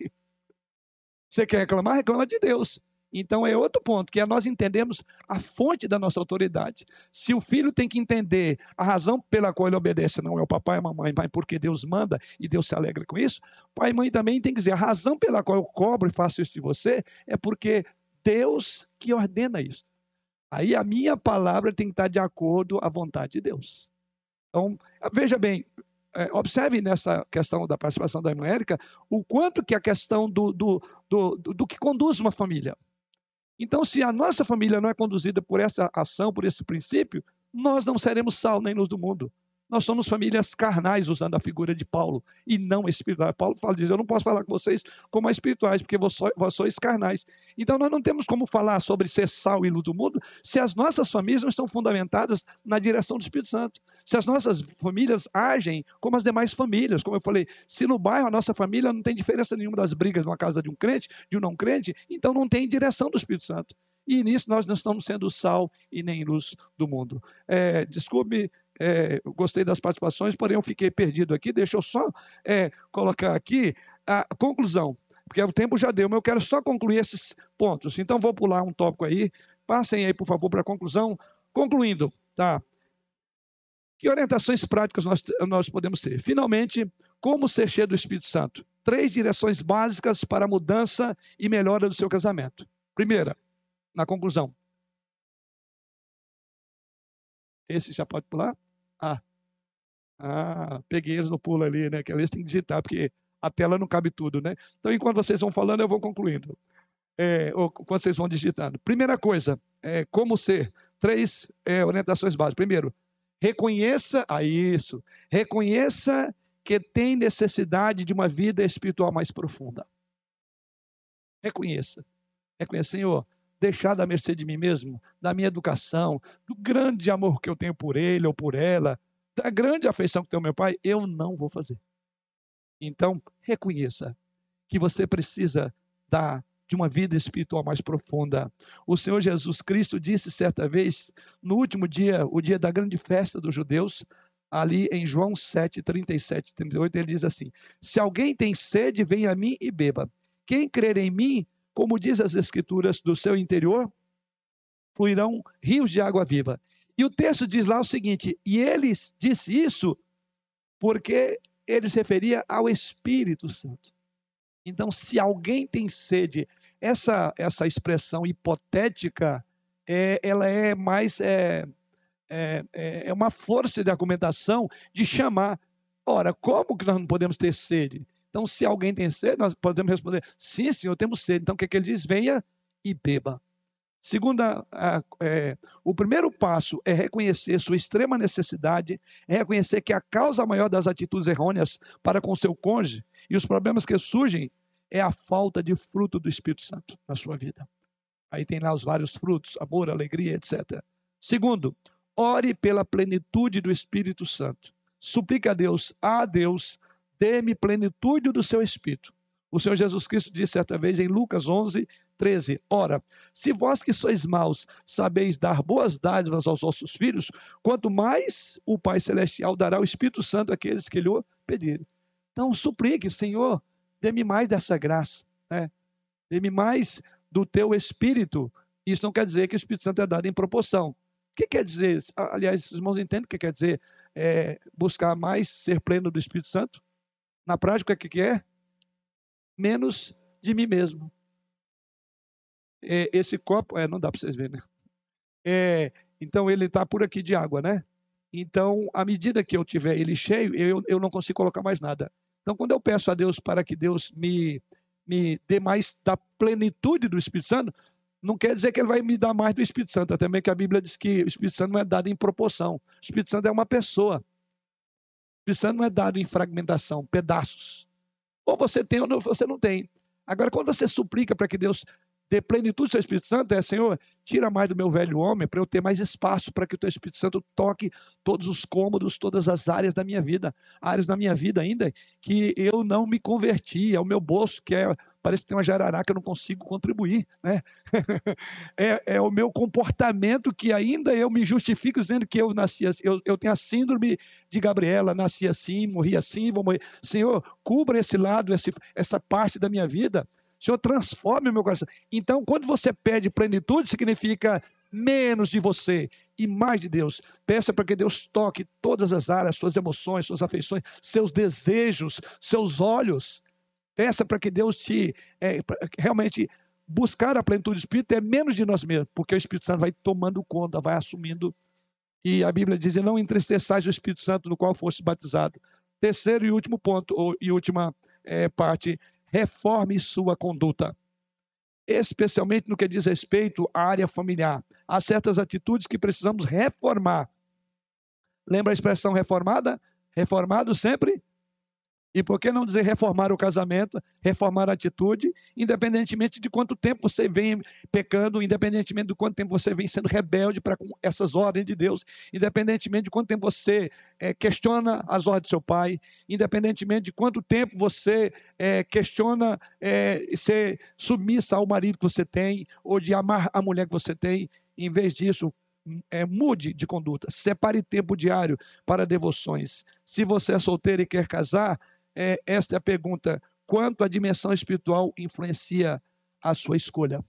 Você quer reclamar? Reclama de Deus. Então, é outro ponto, que é nós entendemos a fonte da nossa autoridade. Se o filho tem que entender a razão pela qual ele obedece, não é o papai e a mamãe, mas porque Deus manda e Deus se alegra com isso, pai e mãe também tem que dizer, a razão pela qual eu cobro e faço isso de você é porque Deus que ordena isso. Aí a minha palavra tem que estar de acordo à vontade de Deus. Então, veja bem, É, observe nessa questão da participação da irmã Érica, o quanto que a questão do, do, do, do, do que conduz uma família. Então, se a nossa família não é conduzida por essa ação, por esse princípio, nós não seremos sal nem luz do mundo. Nós somos famílias carnais, usando a figura de Paulo, e não espirituais. Paulo fala, diz, eu não posso falar com vocês como espirituais, porque vós sois carnais. Então, nós não temos como falar sobre ser sal e luz do mundo, se as nossas famílias não estão fundamentadas na direção do Espírito Santo. Se as nossas famílias agem como as demais famílias, como eu falei, se no bairro a nossa família não tem diferença nenhuma das brigas de uma casa de um crente, de um não crente, então não tem direção do Espírito Santo. E nisso nós não estamos sendo sal e nem luz do mundo. É, desculpe, é, eu gostei das participações, porém eu fiquei perdido aqui. Deixa eu só é, colocar aqui a conclusão, porque o tempo já deu, mas eu quero só concluir esses pontos. Então vou pular um tópico aí. Passem aí, por favor, para a conclusão. Concluindo, tá? Que orientações práticas nós, nós podemos ter? Finalmente, como ser cheio do Espírito Santo? Três direções básicas para a mudança e melhora do seu casamento. Primeira, na conclusão. Esse já pode pular? Ah, ah peguei eles no pulo ali, né? Que ali tem que digitar, porque a tela não cabe tudo, né? Então, enquanto vocês vão falando, eu vou concluindo. É, ou quando vocês vão digitando. Primeira coisa, é, como ser? Três é, orientações básicas. Primeiro, reconheça, ah, isso, reconheça que tem necessidade de uma vida espiritual mais profunda. Reconheça. Reconheça, Senhor, deixar da mercê de mim mesmo, da minha educação, do grande amor que eu tenho por ele ou por ela, da grande afeição que tem o meu pai, eu não vou fazer. Então, reconheça que você precisa dar de uma vida espiritual mais profunda. O Senhor Jesus Cristo disse certa vez, no último dia, o dia da grande festa dos judeus, ali em João sete, trinta e sete, trinta e oito, ele diz assim, se alguém tem sede, venha a mim e beba. Quem crer em mim, como diz as Escrituras, do seu interior, fluirão rios de água viva. E o texto diz lá o seguinte, e ele disse isso porque ele se referia ao Espírito Santo. Então, se alguém tem sede, essa, essa expressão hipotética, é, ela é mais, é, é, é uma força de argumentação de chamar. Ora, como que nós não podemos ter sede? Então, se alguém tem sede, nós podemos responder, sim, senhor, temos sede. Então, o que, é que ele diz? Venha e beba. Segunda, a, é, o primeiro passo é reconhecer sua extrema necessidade, é reconhecer que a causa maior das atitudes errôneas para com seu cônjuge e os problemas que surgem é a falta de fruto do Espírito Santo na sua vida. Aí tem lá os vários frutos, amor, alegria, etcétera. Segundo, ore pela plenitude do Espírito Santo. Suplique a Deus, a Deus, dê-me plenitude do seu Espírito. O Senhor Jesus Cristo disse certa vez em Lucas onze, treze, ora, se vós que sois maus sabeis dar boas dádivas aos vossos filhos, quanto mais o Pai Celestial dará o Espírito Santo àqueles que lhe o pedirem. Então, suplique, Senhor, dê-me mais dessa graça, né? Dê-me mais do teu Espírito. Isso não quer dizer que o Espírito Santo é dado em proporção. O que quer dizer? Aliás, os irmãos entendem o que quer dizer é, buscar mais ser pleno do Espírito Santo? Na prática, o que é? Menos de mim mesmo. É, esse copo, é, não dá para vocês verem, né? É, então, ele está por aqui de água, né? Então, à medida que eu tiver ele cheio, eu, eu não consigo colocar mais nada. Então, quando eu peço a Deus para que Deus me, me dê mais da plenitude do Espírito Santo, não quer dizer que ele vai me dar mais do Espírito Santo. Até mesmo que a Bíblia diz que o Espírito Santo não é dado em proporção. O Espírito Santo é uma pessoa. O Espírito Santo não é dado em fragmentação, pedaços. Ou você tem ou você não tem. Agora, quando você suplica para que Deus dê plenitude do seu Espírito Santo, é, Senhor, tira mais do meu velho homem para eu ter mais espaço para que o teu Espírito Santo toque todos os cômodos, todas as áreas da minha vida, áreas da minha vida ainda que eu não me converti, é o meu bolso que é, parece que tem uma jararaca que eu não consigo contribuir, né? é, é o meu comportamento que ainda eu me justifico dizendo que eu nasci assim, eu, eu tenho a síndrome de Gabriela, nasci assim, morri assim, vou morrer. Senhor, cubra esse lado, esse, essa parte da minha vida. Senhor, transforme o meu coração. Então, quando você pede plenitude, significa menos de você e mais de Deus. Peça para que Deus toque todas as áreas, suas emoções, suas afeições, seus desejos, seus olhos. Peça para que Deus te, é, realmente, buscar a plenitude do Espírito é menos de nós mesmos, porque o Espírito Santo vai tomando conta, vai assumindo. E a Bíblia diz, não entristeçais o Espírito Santo no qual foste batizado. Terceiro e último ponto, ou, e última é, parte, reforme sua conduta. especialmente no que diz respeito à área familiar. Há certas atitudes que precisamos reformar. Lembra a expressão reformada? Reformado sempre? E por que não dizer reformar o casamento, reformar a atitude, independentemente de quanto tempo você vem pecando, independentemente de quanto tempo você vem sendo rebelde para com essas ordens de Deus, independentemente de quanto tempo você é, questiona as ordens do seu pai, independentemente de quanto tempo você é, questiona é, ser submissa ao marido que você tem, ou de amar a mulher que você tem. Em vez disso, É, mude de conduta, separe tempo diário para devoções. Se você é solteiro e quer casar, é, esta é a pergunta: quanto a dimensão espiritual influencia a sua escolha?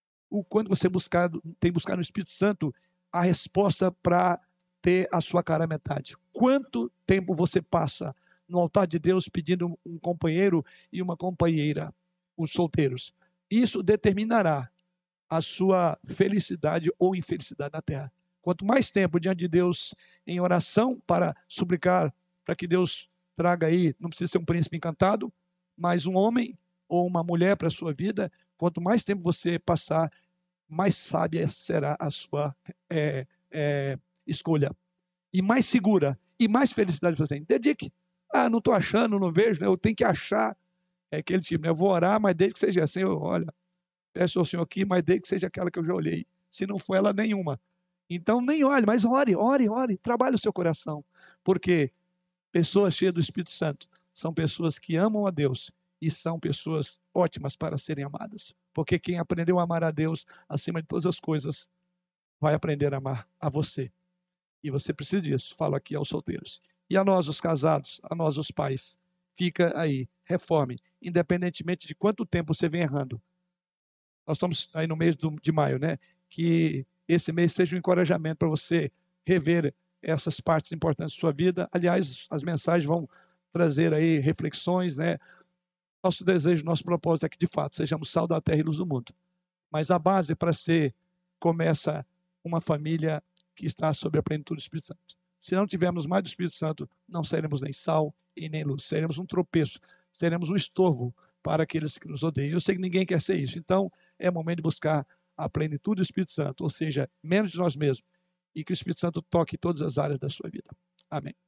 O quanto você buscado, tem buscado no Espírito Santo a resposta para ter a sua cara metade? Quanto tempo você passa no altar de Deus pedindo um companheiro e uma companheira, os solteiros? Isso determinará a sua felicidade ou infelicidade na terra. Quanto mais tempo diante de Deus em oração para suplicar para que Deus traga aí, não precisa ser um príncipe encantado, mas um homem ou uma mulher para a sua vida, quanto mais tempo você passar, mais sábia será a sua é, é, escolha. E mais segura, e mais felicidade você tem. Dedique. Ah, não estou achando, não vejo, né? Eu tenho que achar. É aquele tipo, né? Eu vou orar, mas desde que seja assim, eu, olha, peço ao Senhor aqui, mas desde que seja aquela que eu já olhei. Se não for ela, nenhuma. Então, nem olhe, mas ore, ore, ore. Trabalhe o seu coração. Porque pessoas cheias do Espírito Santo são pessoas que amam a Deus e são pessoas ótimas para serem amadas. Porque quem aprendeu a amar a Deus acima de todas as coisas vai aprender a amar a você. E você precisa disso. Falo aqui aos solteiros. E a nós, os casados, a nós, os pais. Fica aí, reforme. Independentemente de quanto tempo você vem errando. Nós estamos aí no mês do, de maio, né? Que esse mês seja um encorajamento para você rever essas partes importantes da sua vida. Aliás, as mensagens vão trazer aí reflexões, né? Nosso desejo, nosso propósito é que, de fato, sejamos sal da terra e luz do mundo. Mas a base para ser, começa uma família que está sob a plenitude do Espírito Santo. Se não tivermos mais do Espírito Santo, não seremos nem sal e nem luz. Seremos um tropeço, seremos um estorvo para aqueles que nos odeiam. Eu sei que ninguém quer ser isso. Então, é momento de buscar a plenitude do Espírito Santo, ou seja, menos de nós mesmos, e que o Espírito Santo toque todas as áreas da sua vida. Amém.